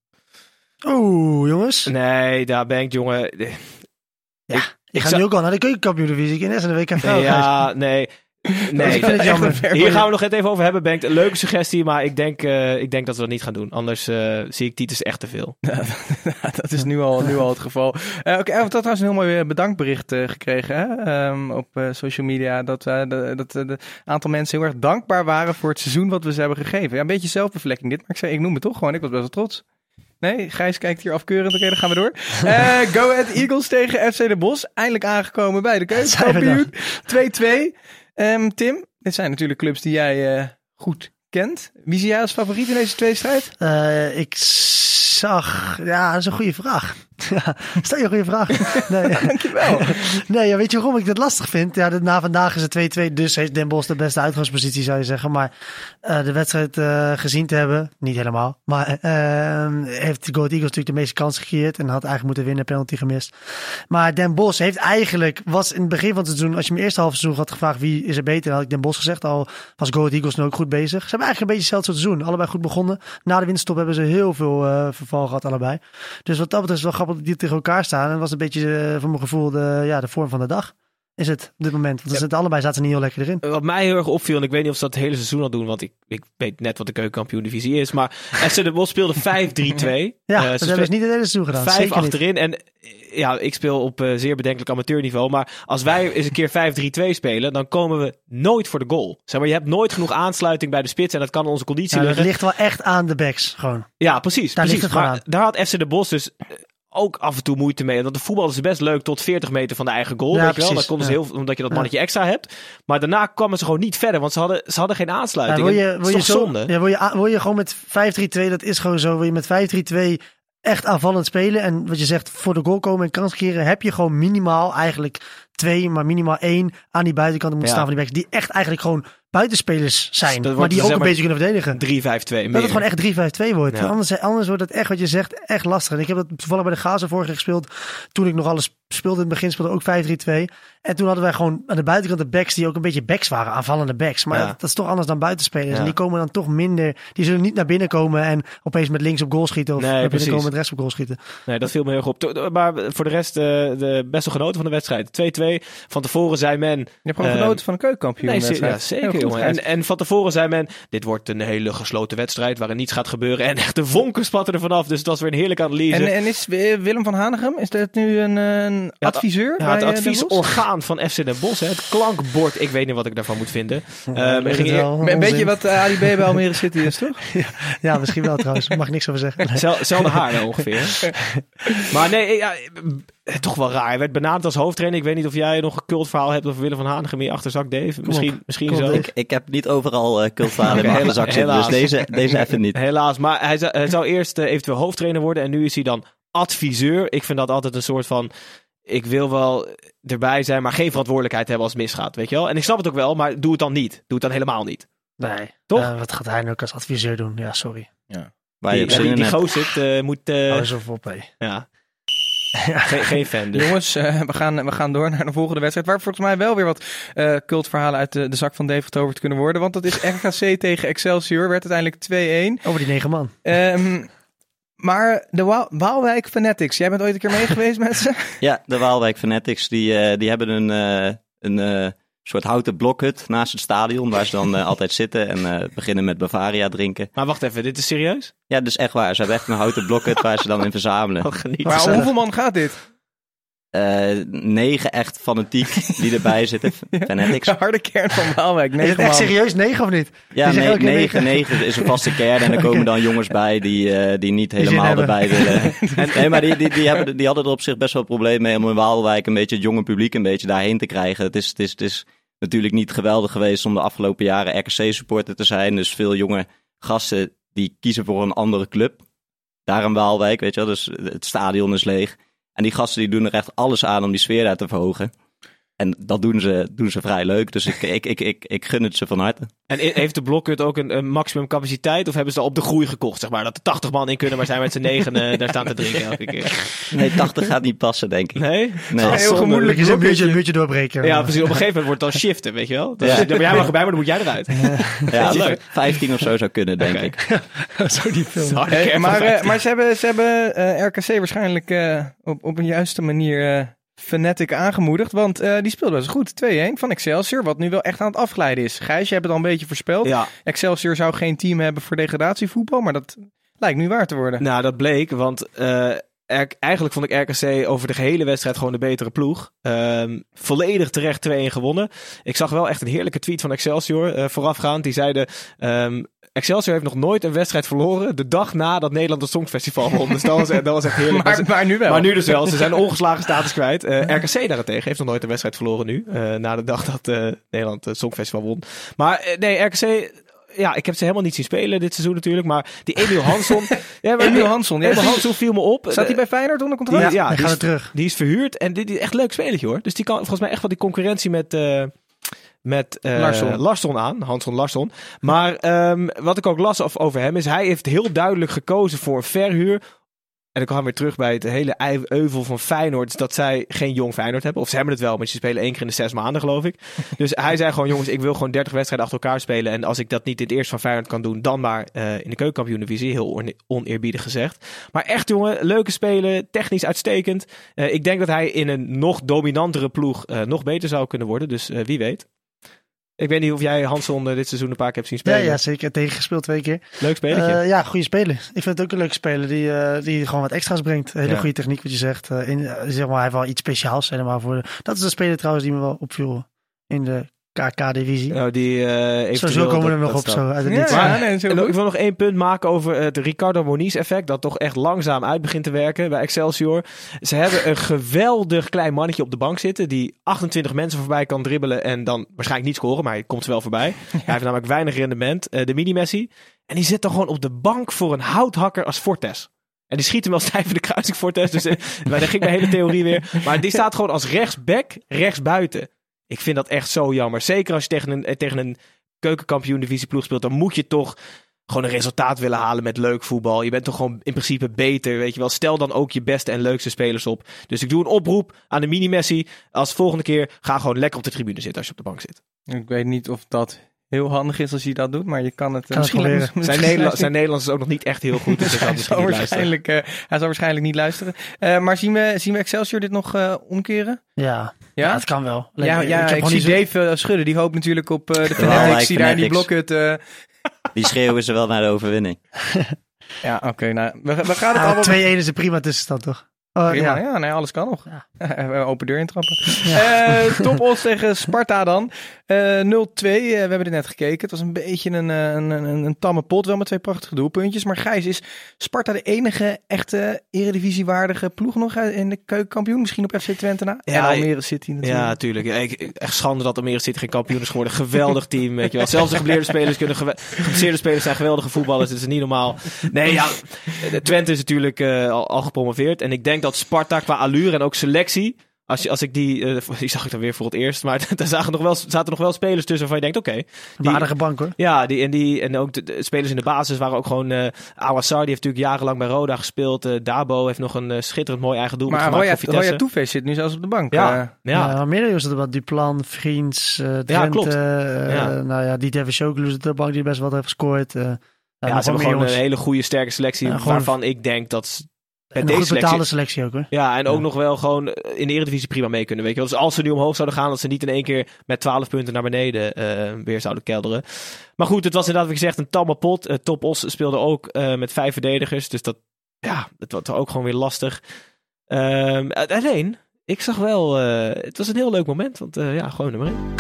Oeh, jongens. Nee, daar ben ik, jongen. Ja, ik ik ga zou- nu ook al naar de keukenkampioen-divisie. Ik in S en de W K vrouwen. Ja, nee. Nee, Ik vind het jammer. hier gaan we nog even over hebben, Bengt. Een leuke suggestie, maar ik denk, uh, ik denk dat we dat niet gaan doen. Anders uh, zie ik Titus echt te veel. Dat is nu al, nu al het geval. Uh, Oké, okay, we hadden trouwens een heel mooi bedankbericht uh, gekregen hè? Um, op uh, social media. Dat een uh, dat, uh, aantal mensen heel erg dankbaar waren voor het seizoen wat we ze hebben gegeven. Ja, een beetje zelfbevlekking dit, maar ik zei, ik noem het toch gewoon. Ik was best wel trots. Nee, Gijs kijkt hier afkeurend. Oké, okay, dan gaan we door. Uh, Go Ahead Eagles tegen F C De Bosch. Eindelijk aangekomen bij de keukenkampioen. twee twee. Um, Tim, dit zijn natuurlijk clubs die jij uh, goed kent. Wie zie jij als favoriet in deze tweestrijd? Uh, ik zag... Ja, dat is een goede vraag. Ja, stel je een goede vraag. Nee. Dankjewel. Nee, ja, weet je waarom ik dat lastig vind? Ja, de, na vandaag is het twee twee, dus heeft Den Bosch de beste uitgangspositie, zou je zeggen. Maar uh, de wedstrijd uh, gezien te hebben, niet helemaal. Maar uh, heeft de Go Ahead Eagles natuurlijk de meeste kansen gecreëerd en had eigenlijk moeten winnen, penalty gemist. Maar Den Bosch heeft eigenlijk, was in het begin van het seizoen, als je me eerste half seizoen had gevraagd wie is er beter, dan had ik Den Bosch gezegd. Al was Go Ahead Eagles nu ook goed bezig. Ze hebben eigenlijk een beetje hetzelfde soort seizoen. Allebei goed begonnen. Na de winterstop hebben ze heel veel uh, verval gehad, allebei. Dus wat dat betreft is wel grappig dat die tegen elkaar staan. En dat was een beetje uh, voor mijn gevoel de, ja, de vorm van de dag. Is het op dit moment. Want ze zitten allebei zaten ze niet heel lekker erin. Wat mij heel erg opviel, en ik weet niet of ze dat het hele seizoen al doen, want ik, ik weet net wat de keukenkampioen-divisie is. Maar F C De Bosch speelde vijf drie twee. Ja, uh, dat hebben ze niet het hele seizoen gedaan. Vijf Zeker achterin. En ja, ik speel op uh, zeer bedenkelijk amateurniveau. Maar als wij eens een keer vijf drie twee spelen, dan komen we nooit voor de goal. Zeg maar, je hebt nooit genoeg aansluiting bij de spits. En dat kan onze conditie ja, dat liggen. ligt wel echt aan de backs. Gewoon. Ja, precies. Daar precies. ligt het Maar gewoon daar had F C De Bosch dus ook af en toe moeite mee. Want de voetbal is best leuk tot veertig meter van de eigen goal. Ja, weet je wel? precies. Dat komt dus Ja. heel, omdat je dat mannetje extra hebt. Maar daarna kwamen ze gewoon niet verder. Want ze hadden, ze hadden geen Ja, aansluiting. wil je, En dat wil is je, toch zo, zonde? ja, wil, je, wil je gewoon met vijf drie twee, dat is gewoon zo. Wil je met vijf drie twee echt aanvallend spelen. En wat je zegt, voor de goal komen en kans creëren, heb je gewoon minimaal eigenlijk twee, maar minimaal één aan die buitenkant moeten Ja. staan van die backs. Die echt eigenlijk gewoon buitenspelers zijn, Dat maar wordt, die ook zeg een maar, beetje kunnen verdedigen. drie vijf twee Dat meer. het gewoon echt drie vijf twee wordt. Ja. Anders, anders wordt het echt, wat je zegt, echt lastig. En ik heb dat toevallig bij de Gaza vorige keer gespeeld. Toen ik nog alles speelde in het begin, speelde ook vijf drie twee. En toen hadden wij gewoon aan de buitenkant de backs die ook een beetje backs waren, aanvallende backs. Maar Ja. dat, dat is toch anders dan buitenspelers. Ja. En die komen dan toch minder, die zullen niet naar binnen komen en opeens met links op goal schieten. Of Nee, naar binnen precies. komen met rechts op goal schieten. Nee, dat viel me heel erg op. To- Maar voor de rest, uh, de best wel genoten van de wedstrijd. twee twee. Van tevoren zei men... Je hebt gewoon Ehm, genoten van een keukenkampioen. Nee, ze- ja, zeker, jongen. En, En, en van tevoren zei men, dit wordt een hele gesloten wedstrijd waarin niets gaat gebeuren. En echt de vonken spatten er vanaf. Dus het was weer een heerlijke analyse. en, en is Willem van Hanegem, is dat nu een, een het- adviseur? Ja, bij, het eh, Den Bosch? adviesorgaan van F C Den Bosch, hè, het klankbord. Ik weet niet wat ik daarvan moet vinden. Ja, Ehm, er dat ging is eer- wel Een beetje onzin. wat uh, A D B bij Almere City is, toch? Ja, misschien wel trouwens. Daar mag ik niks over zeggen. Zel- Zelfde haar nou ongeveer. Maar nee, ja, eh, toch wel raar. Hij werd benaderd als hoofdtrainer. Ik weet niet of jij nog een cultverhaal hebt over Willem van Hanegem in je achterzak, Dave. Misschien, op. misschien Kom op, zo. Dave. Ik, ik heb niet overal uh, cultverhalen in Oké, mijn hela- achterzak zitten, dus helaas. deze, deze even niet. Helaas, maar hij zou, hij zou eerst eh, eventueel hoofdtrainer worden en nu is hij dan adviseur. Ik vind dat altijd een soort van, ik wil wel erbij zijn, maar geen verantwoordelijkheid hebben als het misgaat, weet je wel. En ik snap het ook wel, maar doe het dan niet. Doe het dan helemaal niet. Nee. Toch? Eh, wat gaat hij nu ook als adviseur doen? Ja, sorry. Waar je Die, op zin die, in die hebt. gozer eh, moet, eh, Hou eens even op, hé. ja, geen, geen fan dus. Jongens, uh, we, gaan, we gaan door naar de volgende wedstrijd. Waar volgens mij wel weer wat uh, cultverhalen uit de, de zak van Dave getoverd kunnen worden. Want dat is R K C tegen Excelsior. Werd uiteindelijk twee een. Over die negen man. Um, maar de Wa- Waalwijk Fanatics. Jij bent ooit een keer mee geweest met ze? Ja, de Waalwijk Fanatics, die, uh, die hebben een, uh, een uh, soort houten blokhut naast het stadion, waar ze dan uh, altijd zitten en uh, beginnen met Bavaria drinken. Maar wacht even, dit is serieus? Ja, dus echt waar. Ze hebben echt een houten blokhut waar ze dan in verzamelen. Oh, geniet. Maar om hoeveel man gaat dit? Uh, negen echt fanatiek die erbij zitten. Fanatics. De harde kern van Waalwijk. Is het Negen echt man. serieus negen of niet? Ja, Die zeggen ne- elke keer negen, negen. negen is een vaste kern. En er komen dan jongens bij die, uh, die niet zin helemaal hebben. erbij willen. En, nee, maar die, die, die, hebben, die hadden er op zich best wel een probleem mee om in Waalwijk een beetje het jonge publiek een beetje daarheen te krijgen. Het is, het is, het is natuurlijk niet geweldig geweest om de afgelopen jaren R K C-supporter te zijn. Dus veel jonge gasten die kiezen voor een andere club. Daar in Waalwijk, weet je wel. Dus het stadion is leeg. En die gasten die doen er echt alles aan om die sfeer daar te verhogen. En dat doen ze, doen ze vrij leuk. Dus ik, ik, ik, ik, ik gun het ze van harte. En heeft de blokhut ook een, een maximum capaciteit? Of hebben ze dat op de groei gekocht? Zeg maar, dat er tachtig man in kunnen, maar zijn met z'n negen uh, daar staan te drinken elke keer. Nee, tachtig gaat niet passen, denk ik. Nee? Nee. Ah, Heel zonde. gemoedelijk. Je zit een muurtje, een muurtje doorbreken. Ja, precies. Op een gegeven moment wordt het dan shiften, weet je wel? Dus, Ja. ja. Jij mag erbij, maar dan moet jij eruit. Ja, leuk. vijftien of zo zou kunnen, denk Oké. ik. Zo die film. Harde Eh, kern van maar, eh, vijftien. maar ze hebben, ze hebben uh, R K C waarschijnlijk uh, op, op een juiste manier uh, Fnatic aangemoedigd. Want uh, die speelde best goed. twee een van Excelsior, wat nu wel echt aan het afglijden is. Gijs, je hebt het al een beetje voorspeld. Ja, Excelsior zou geen team hebben voor degradatievoetbal, maar dat lijkt nu waar te worden. nou dat bleek, want uh, er, eigenlijk vond ik R K C over de gehele wedstrijd gewoon de betere ploeg. Um, volledig terecht twee een gewonnen. Ik zag wel echt een heerlijke tweet van Excelsior uh, voorafgaand. Die zeiden... Um, Excelsior heeft nog nooit een wedstrijd verloren de dag nadat Nederland het Songfestival won. Dus dat was, dat was echt heerlijk. maar, maar nu wel. Maar nu dus wel. Ze zijn ongeslagen status kwijt. Uh, R K C daarentegen heeft nog nooit een wedstrijd verloren nu. Uh, na de dag dat uh, Nederland het Songfestival won. Maar uh, nee, R K C... Ja, ik heb ze helemaal niet zien spelen dit seizoen natuurlijk. Maar die Emiel Hansson... ja, maar Emiel Hansson. Ja, Emiel die- Hansson viel me op. Staat hij bij Feyenoord onder contract? Ja, ja, hij die gaat is- er terug. Die is verhuurd. En dit is echt een leuk spelletje hoor. Dus die kan volgens mij echt wel die concurrentie met... Uh, met uh, Larsson. Larsson aan, Hansson Larsson. Maar um, wat ik ook las of over hem is, hij heeft heel duidelijk gekozen voor een verhuur. En ik kwam weer terug bij het hele ei- euvel van Feyenoord, dat zij geen jong Feyenoord hebben. Of ze hebben het wel, maar ze spelen één keer in de zes maanden, geloof ik. Dus hij zei gewoon, jongens, ik wil gewoon dertig wedstrijden achter elkaar spelen. En als ik dat niet in het eerst van Feyenoord kan doen, dan maar uh, in de keukenkampioen-divisie. Heel on- oneerbiedig gezegd. Maar echt, jongen, leuke spelen, technisch uitstekend. Uh, ik denk dat hij in een nog dominantere ploeg uh, nog beter zou kunnen worden. Dus uh, wie weet. Ik weet niet of jij Hansson uh, dit seizoen een paar keer hebt zien Ja, spelen. ja, zeker. Tegengespeeld twee keer. Leuk spelletje. Uh, ja, goede speler. Ik vind het ook een leuke speler die, uh, die gewoon wat extra's brengt. Hele Ja. goede techniek wat je zegt. Uh, in, uh, zeg maar, hij heeft wel iets speciaals. Helemaal voor de, dat is een speler trouwens die me wel opviel in de K K-divisie. Nou, die uh, eventueel Sowieso komen we dat- er nog dat op stap. zo uit het Ja, niets. ja, Maar- nee, zo En goed. ik wil nog één punt maken over het Ricardo Moniz effect. Dat toch echt langzaam uit begint te werken bij Excelsior. Ze hebben een geweldig klein mannetje op de bank zitten. Die achtentwintig mensen voorbij kan dribbelen. En dan waarschijnlijk niet scoren. Maar hij komt er wel voorbij. Hij heeft namelijk weinig rendement. Uh, de mini-Messi. En die zit dan gewoon op de bank voor een houthakker als Fortes. En die schiet hem wel stijf in de kruising Fortes. Dus uh, maar daar ging mijn hele theorie weer. Maar die staat gewoon als rechtsback rechtsbuiten. Ik vind dat echt zo jammer. Zeker als je tegen een, tegen een keukenkampioen-divisie ploeg speelt, dan moet je toch gewoon een resultaat willen halen met leuk voetbal. Je bent toch gewoon in principe beter, weet je wel. Stel dan ook je beste en leukste spelers op. Dus ik doe een oproep aan de mini-Messi. Als volgende keer, ga gewoon lekker op de tribune zitten als je op de bank zit. Ik weet niet of dat heel handig is als je dat doet, maar je kan het... Uh, Kan misschien misschien- proberen. Zijn, Nederla- zijn Nederlands is ook nog niet echt heel goed, dus ik ga hij, misschien zal niet luisteren. waarschijnlijk, uh, hij zal waarschijnlijk niet luisteren. Uh, maar zien we, zien we Excelsior dit nog uh, omkeren? Ja, ja? Ja? het kan wel. Alleen, Ja, ja, heb ik, gewoon zie niet zo- Dave uh, schudden. Die hoopt natuurlijk op uh, de Waalwijk Fanatics die daar in die Fanatics. blokhut... Uh... Die schreeuwen ze wel naar de overwinning. Ja, oké. Okay, nou, we, we gaan het Ah, allemaal... twee één is een prima tussenstand, toch? Oh, Prima, ja. ja. nee, alles kan nog. Ja. Open deur intrappen. Ja. Uh, Top Os tegen Sparta dan. Uh, nul twee, uh, we hebben er net gekeken. Het was een beetje een, een, een, een tamme pot, wel met twee prachtige doelpuntjes. Maar Gijs, is Sparta de enige echte eredivisiewaardige ploeg nog in de keukenkampioen? Misschien op F C Twente na? Ja, en Almere City natuurlijk. Ja, tuurlijk. Ja, ik, echt schande dat Almere City geen kampioen is geworden. Geweldig team, weet je wel. Zelfs de gebleerde spelers kunnen... Gewe- geblesseerde spelers zijn geweldige voetballers. Het is niet normaal. Nee, ja. Twente is natuurlijk uh, al, al gepromoveerd. En ik denk dat Sparta qua allure en ook selectie... Als, je, als ik die... Uh, die zag ik dan weer voor het eerst. Maar daar zagen nog wel, zaten nog wel spelers tussen waarvan je denkt... Oké. Okay, Waardige bank, hoor. Ja, die, en, die, en ook de, de spelers in de basis waren ook gewoon... Uh, Awassar, die heeft natuurlijk jarenlang bij Roda gespeeld. Uh, Dabo heeft nog een uh, schitterend mooi eigen doel maar gemaakt Roya, voor Vitesse. Roya Toefe zit nu zelfs op de bank. Ja, Uh, ja. Ja, Almere was het wat Duplan, Vriends, uh, Drenthe. Ja, klopt. Uh, Ja. Nou ja, die Devin Shokulu zit op de bank die best wat heeft gescoord. Uh, Ja, nog ze wel hebben meer gewoon jongens. een hele goede sterke selectie. Ja, gewoon- waarvan ik denk dat... ze- En met een deze goed betaalde selectie, selectie ook, hoor. ja, en ook Ja. nog wel gewoon in de Eredivisie prima mee kunnen. Weet je wel. Dus als ze nu omhoog zouden gaan, dat ze niet in één keer met twaalf punten naar beneden uh, weer zouden kelderen. Maar goed, het was inderdaad, wat ik gezegd, een tamme pot. Uh, Top Os speelde ook uh, met vijf verdedigers. Dus dat, ja, het was ook gewoon weer lastig. Um, alleen, ik zag wel, uh, het was een heel leuk moment. Want uh, ja, gewoon nummer één.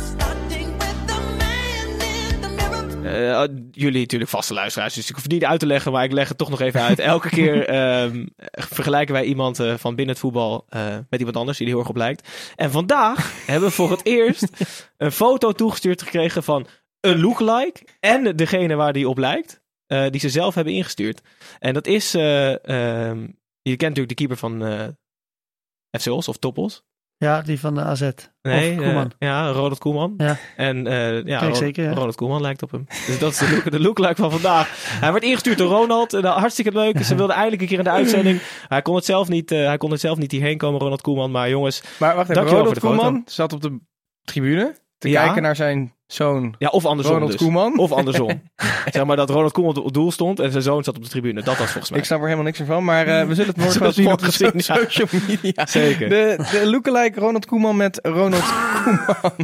Uh, jullie natuurlijk vaste luisteraars, dus ik hoef het niet uit te leggen, maar ik leg het toch nog even uit. Elke keer um, vergelijken wij iemand uh, van binnen het voetbal uh, met iemand anders die er heel erg op lijkt. En vandaag hebben we voor het eerst een foto toegestuurd gekregen van een lookalike en degene waar die op lijkt, uh, die ze zelf hebben ingestuurd. En dat is, uh, um, je kent natuurlijk de keeper van uh, F C Os of Top Os. Ja, die van de A Z. Nee, of Koeman. Uh, ja, Ronald Koeman. Ja. En uh, ja, Kijk, Ron- zeker, ja. Ronald Koeman lijkt op hem. Dus dat is de, look, de lookalike van vandaag. Hij werd ingestuurd door Ronald. Uh, hartstikke leuk. Ze wilden eindelijk een keer in de uitzending. Hij kon het zelf niet, uh, hij kon het zelf niet hierheen komen, Ronald Koeman. Maar jongens, Maar wacht even, Dankjewel Ronald voor de foto. Koeman zat op de tribune te Ja. kijken naar zijn zoon ja, of andersom Ronald dus. Koeman. Of andersom. Zeg maar dat Ronald Koeman op het doel stond en zijn zoon zat op de tribune. Dat was volgens mij. Ik snap er helemaal niks meer van, maar uh, we zullen het morgen wel Zullen zien we op de morgen so- zien, ja. social media. Zeker. De, de lookalike Ronald Koeman met Ronald Koeman.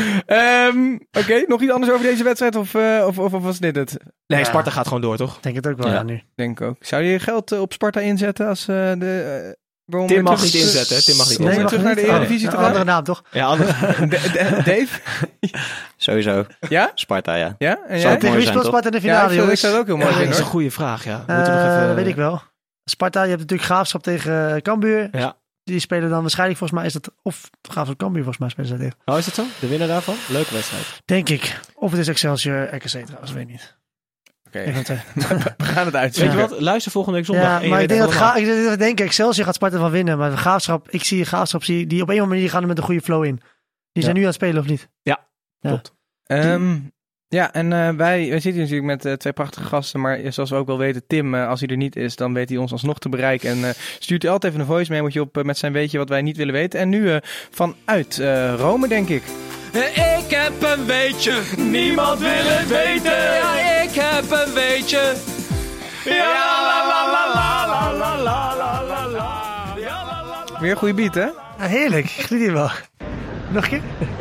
um, Oké, okay, nog iets anders over deze wedstrijd of, uh, of, of, of was dit het? Nee, Ja. Sparta gaat gewoon door, toch? Ik denk het ook wel, Ja. ja, nu. Denk ook. Zou je je geld uh, op Sparta inzetten als uh, de... Uh, waarom Tim weer mag terug- niet inzetten, hè? Tim mag niet Nee, inzetten. terug naar de niet. Eredivisie Oh, te een andere gaan? naam, toch? Ja, andere... D- D- Dave? Sowieso. Ja? Sparta, ja. Ja? En Zou jij? het Tegen mooi wie zijn, speelt toch? Sparta in de Ja, finale, ik zou, ik jongens? zou het ook heel mooi Ja, dat vinden is een hoor. goede vraag, ja. We Uh, moeten nog even... weet ik wel. Sparta, je hebt natuurlijk Graafschap tegen uh, Cambuur. Ja. Die spelen dan waarschijnlijk, volgens mij is dat... Of Graafschap Cambuur, volgens mij spelen ze dat tegen. Oh, is dat zo? De winnaar daarvan? Leuke wedstrijd. Denk ik. Of het is Excelsior, R K C trouwens, weet ik niet. Oké, Een van de twee. we gaan het Weet uitzoeken. je wat? Luister volgende week zondag. Ja, en je maar ik weet denk dat, het Gra- ik denk dat we denken, Excelsior gaat Sparta van winnen. Maar de Graafschap, ik zie Graafschap, zie, die op een of andere manier gaan er met een goede flow in. Die zijn Ja. nu aan het spelen, of niet? Ja, Ja. klopt. Um, ja, en uh, wij, wij zitten hier natuurlijk met uh, twee prachtige gasten. Maar zoals we ook wel weten, Tim, uh, als hij er niet is, dan weet hij ons alsnog te bereiken. En uh, stuurt hij altijd even een voice memo op uh, met zijn weetje wat wij niet willen weten. En nu uh, vanuit uh, Rome, denk ik. Ik heb een weetje, niemand wil het weten. Ja, ik heb een weetje. Ja, la la la la la la la la la la. Ja, la la la. Weer een goede beat, hè? Ja, heerlijk, ik geniet hier wel. Nog een keer?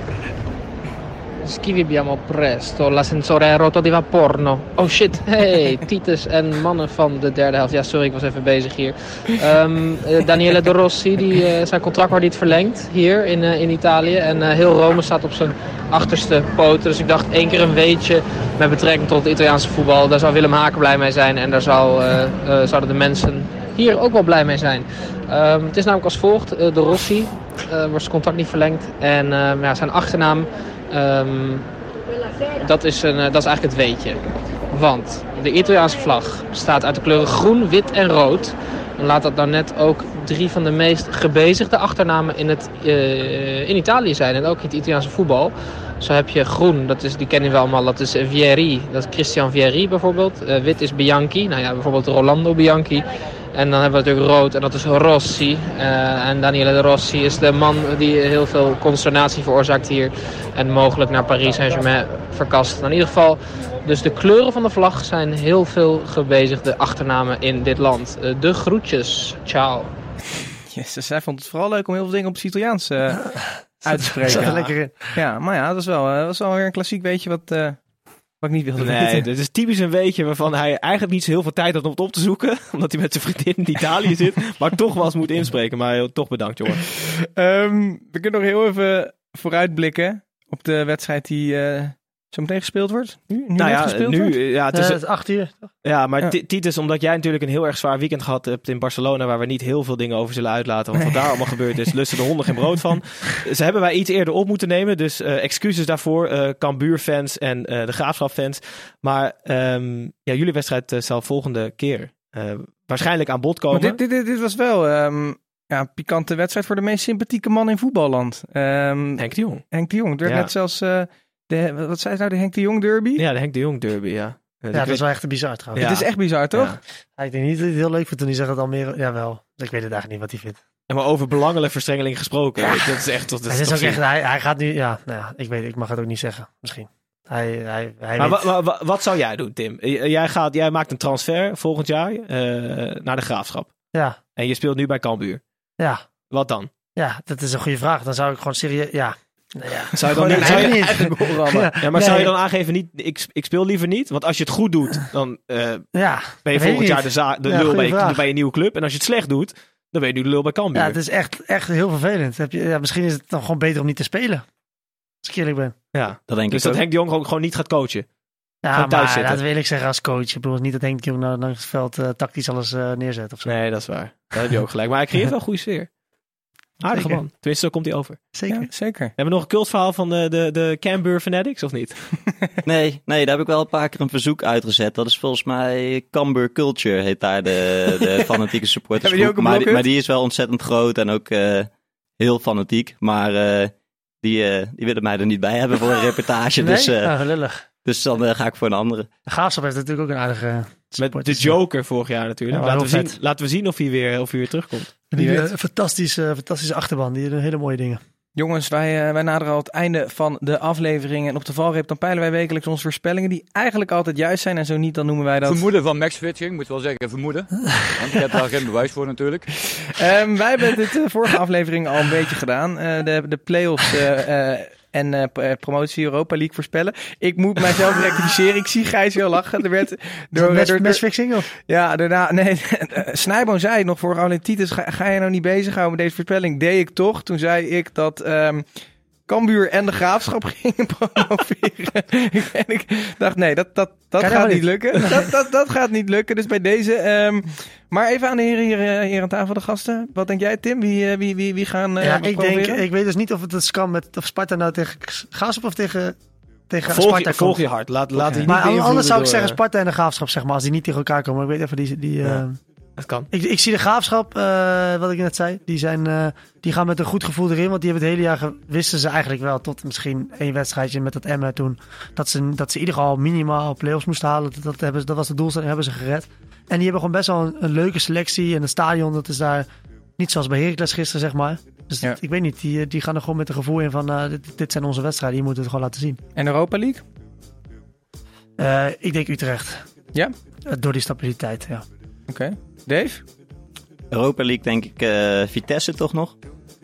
Scriviamo presto, l'ascensore è rotto di vaporno. Oh shit, hey, Titus en mannen van de derde helft. Ja, sorry, ik was even bezig hier. Um, uh, Daniele De Rossi, die, uh, zijn contract wordt niet verlengd hier in, uh, in Italië. En uh, heel Rome staat op zijn achterste poten. Dus ik dacht één keer een weetje met betrekking tot het Italiaanse voetbal. Daar zou Willem Haken blij mee zijn en daar zou, uh, uh, zouden de mensen hier ook wel blij mee zijn. Um, het is namelijk als volgt. Uh, De Rossi uh, wordt zijn contract niet verlengd. En uh, ja, zijn achternaam... Um, dat, is een, dat is eigenlijk het weetje. Want de Italiaanse vlag bestaat uit de kleuren groen, wit en rood. En laat dat nou net ook drie van de meest gebezigde achternamen in, het, uh, in Italië zijn. En ook in het Italiaanse voetbal. Zo heb je groen, dat is, die kennen we allemaal, dat is Vieri. Dat is Christian Vieri bijvoorbeeld. Uh, wit is Bianchi, nou ja, bijvoorbeeld Rolando Bianchi. En dan hebben we natuurlijk rood en dat is Rossi. Uh, en Daniele De Rossi is de man die heel veel consternatie veroorzaakt hier. En mogelijk naar Paris Saint-Germain verkast. In ieder geval, dus de kleuren van de vlag zijn heel veel gebezigde achternamen in dit land. Uh, de groetjes. Ciao. Yes, zij vond het vooral leuk om heel veel dingen op het Italiaans uh, uit te spreken. Zat er lekker in. Ja, maar ja, dat is wel, uh, dat is wel weer een klassiek weetje wat... Uh, Wat ik niet wilde nee, weten. dit is typisch een weetje waarvan hij eigenlijk niet zo heel veel tijd had om het op te zoeken. Omdat hij met zijn vriendin in Italië zit. Maar toch wel eens moet inspreken. Maar uh, toch bedankt, jongen. Um, we kunnen nog heel even vooruitblikken op de wedstrijd die uh, zo meteen gespeeld wordt. Nu, nu nou ja, gespeeld nu, wordt? ja, het is, Uh, het is acht uur. ja, maar Ja. T- Titus, omdat jij natuurlijk een heel erg zwaar weekend gehad hebt in Barcelona, waar we niet heel veel dingen over zullen uitlaten, want wat daar allemaal gebeurd is, lusten de honden geen brood van. Ze hebben wij iets eerder op moeten nemen, dus uh, excuses daarvoor, uh, Cambuur-fans en uh, de Graafschap-fans. Maar um, ja, jullie wedstrijd uh, zal volgende keer uh, waarschijnlijk aan bod komen. Maar dit, dit, dit was wel um, ja, een pikante wedstrijd voor de meest sympathieke man in voetballand. Um, Henk de Jong. Henk de Jong. Het werd Ja. net zelfs, uh, de, wat zei het nou, de Henk de Jong derby? Ja, de Henk de Jong derby, ja. Uh, Ja, dat is wel echt bizar trouwens. Ja. Het is echt bizar, toch? Ja. Ja, ik denk niet dat hij het heel leuk vindt toen hij zegt dat Almere... Jawel, ik weet het eigenlijk niet wat hij vindt. En maar over belangelijke verstrengeling gesproken. Ja. weet je, Dat is echt... Dat is Het is toch ook echt, zin. hij, hij gaat nu... Ja, nou ja, ik weet ik mag het ook niet zeggen. Misschien. Hij, hij, hij Maar weet... wa, wa, wa- wat zou jij doen, Tim? J- Jij, gaat, jij maakt een transfer volgend jaar uh, naar de Graafschap. Ja, En je speelt nu bij Cambuur. ja, Wat dan? ja, dat is een goede vraag. Dan zou ik gewoon serieus... Ja, nou ja. Zou je dan Gewoon niet, zou je, niet. Eigenlijk programma. Ja, ja, maar nee. zou je dan aangeven, niet, ik, ik speel liever niet? Want als je het goed doet, dan uh, Ja, ben je weet volgend ik jaar niet. de, za- de Ja, lul goeie bij, vraag. bij een nieuwe club. En als je het slecht doet, dan ben je nu de lul bij Cambuur. Ja, het is echt, echt heel vervelend. Heb je, ja, misschien is het dan gewoon beter om niet te spelen. Als ik eerlijk ben. Ja. Dat denk Dus ik dat ook. Henk de Jong ook gewoon niet gaat coachen. Ja, Gewoon thuis maar zitten. dat wil ik zeggen als coach. Ik bedoel niet dat Henk de Jong nou langs het veld uh, tactisch alles uh, neerzet of zo. Nee, dat is waar. Dat heb je ook gelijk. Maar hij creëert wel een goede sfeer. Aardige Zeker. man. Tenminste, zo komt hij over. Zeker. Ja, zeker. Hebben we nog een cultverhaal van de, de, de Cambuur Fanatics, of niet? Nee, nee, daar heb ik wel een paar keer een verzoek uitgezet. Dat is volgens mij Cambuur Culture, heet daar de, de fanatieke supporters. Hebben die ook een maar, die, blokhut? maar die is wel ontzettend groot en ook uh, heel fanatiek. Maar uh, die, uh, die willen mij er niet bij hebben voor een reportage. Nee? Dus, uh, Ah, lullig. dus dan uh, ga ik voor een andere. De Graafschap heeft natuurlijk ook een aardige... Met de supporters. Joker vorig jaar natuurlijk. Ja, laten, we heel zien, vet. laten we zien of hij weer, of hij weer terugkomt. Die, Wie uh, weet. fantastische, fantastische achterban. Die doen hele mooie dingen. Jongens, wij, uh, wij naderen al het einde van de aflevering. En op de valreep dan peilen wij wekelijks onze voorspellingen die eigenlijk altijd juist zijn. En zo niet, dan noemen wij dat... Vermoeden van Max Fitching, moet wel zeggen vermoeden. Want ik heb daar geen bewijs voor natuurlijk. Um, wij hebben dit uh, vorige aflevering al een beetje gedaan. Uh, de, de play-offs uh, uh, en uh, p- promotie Europa League voorspellen. Ik moet mijzelf rectificeren. Ik zie Gijs heel lachen. Er werd door, Match, door, door, matchfixing of? ja, daarna, nee, Snijboom zei het nog vorige aflevering. Titus, ga, ga je nou niet bezighouden met deze voorspelling? Deed ik toch. Toen zei ik dat um, Cambuur en de Graafschap gingen promoveren. En ik dacht, nee, dat, dat, dat Kan gaat helemaal niet lukken. Dat, dat, dat gaat niet lukken. Dus bij deze... Um, maar even aan de heren hier, uh, hier aan tafel, de gasten. Wat denk jij, Tim? Wie, uh, wie, wie, wie gaan uh, Ja, ik denk... promoveren? Ik weet dus niet of het dus kan met... Of Sparta nou tegen Graafschap of tegen... Tegen Volg Sparta je, volg komt. je hart. Laat, laat je niet Maar beïnvloeden anders zou ik door, zeggen uh, Sparta en de Graafschap, zeg maar. Als die niet tegen elkaar komen. Maar ik weet even die... die Ja. uh, Het kan. Ik, ik zie de Graafschap, uh, wat ik net zei, die, zijn, uh, die gaan met een goed gevoel erin. Want die hebben het hele jaar, ge- wisten ze eigenlijk wel, tot misschien één wedstrijdje met dat Emmen toen, dat ze, dat ze in ieder geval minimaal play-offs moesten halen. Dat, dat, hebben ze, dat was de doelstelling, hebben ze gered. En die hebben gewoon best wel een, een leuke selectie. En het stadion, dat is daar niet zoals bij Heracles gisteren, zeg maar. Dus Ja. ik weet niet, die, die gaan er gewoon met een gevoel in van, uh, dit, dit zijn onze wedstrijden, die moeten we het gewoon laten zien. En Europa League? Uh, ik denk Utrecht. Ja? Uh, door die stabiliteit, ja. Oké. Okay. Dave? Europa League denk ik uh, Vitesse toch nog.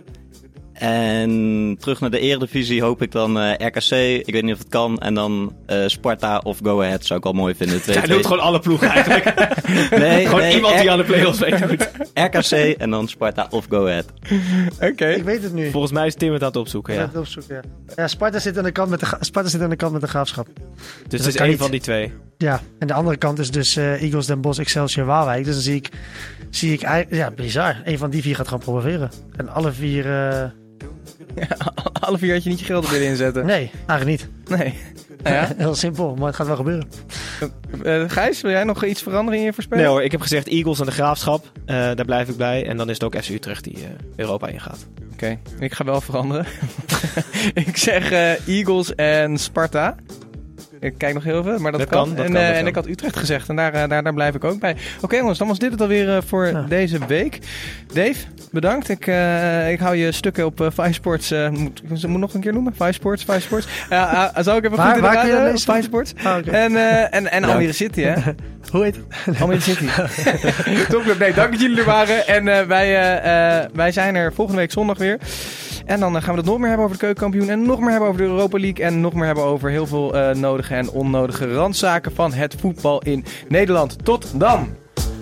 En terug naar de Eredivisie hoop ik dan uh, R K C. Ik weet niet of het kan. En dan uh, Sparta of Go Ahead zou ik wel mooi vinden. Hij doet gewoon alle ploegen eigenlijk. Nee, gewoon nee, iemand R- die aan de play-offs meedoet. R K C en dan Sparta of Go Ahead. Oké. Okay. Ik weet het nu. Volgens mij is Tim het aan het opzoeken, Ik ja. ga het opzoeken, ja. Ja, Sparta zit aan de kant met de, Sparta zit aan de kant met de Graafschap. Dus dat het is kan één niet. van die twee. Ja, en de andere kant is dus uh, Eagles, Den Bosch, Excelsior, Waalwijk. Dus dan zie ik, zie ik eigenlijk, ja, bizar. Eén van die vier gaat gewoon promoveren. En alle vier... Uh... Ja, alle vier had je niet je geld er willen inzetten. Nee, eigenlijk niet. Nee. Ja? Heel simpel, maar het gaat wel gebeuren. Uh, Gijs, wil jij nog iets veranderen in je voorspelling? Nee hoor, ik heb gezegd Eagles en de Graafschap. Uh, daar blijf ik bij. En dan is het ook F C Utrecht die uh, Europa ingaat. Oké, okay, ik ga wel veranderen. ik zeg uh, Eagles en Sparta. Ik kijk nog heel even, maar dat, dat kan. kan, dat en, kan, uh, dat en kan. ik had Utrecht gezegd en daar, uh, daar, daar blijf ik ook bij. Oké okay, jongens, dan was dit het alweer uh, voor ja. deze week. Dave, bedankt. Ik, uh, ik hou je stukken op uh, Five Sports. Uh, moet, moet nog een keer noemen? Five Sports, Five Sports. Uh, uh, zou ik even waar, goed in de waar kun je raden? lezen? Five Sports. Oh, okay. En, uh, en, en Almere City, hè? Hoe heet het? Almere City. Topclub. Nee, dank dat jullie er waren. En uh, wij, uh, uh, wij zijn er volgende week zondag weer. En dan uh, gaan we het nog meer hebben over de keukenkampioen. En nog meer hebben over de Europa League. En nog meer hebben over heel veel uh, nodige en onnodige randzaken van het voetbal in Nederland. Tot dan!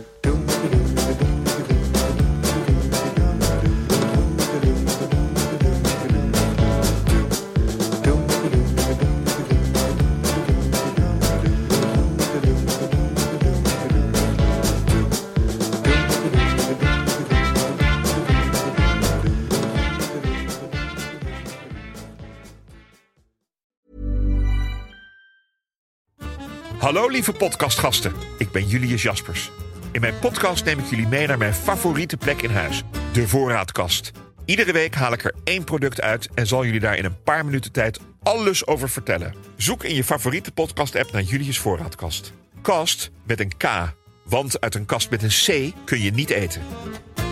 Hallo lieve podcastgasten, ik ben Julius Jaspers. In mijn podcast neem ik jullie mee naar mijn favoriete plek in huis, de voorraadkast. Iedere week haal ik er één product uit en zal jullie daar in een paar minuten tijd alles over vertellen. Zoek in je favoriete podcast-app naar Julius Voorraadkast. Kast met een K, want uit een kast met een C kun je niet eten.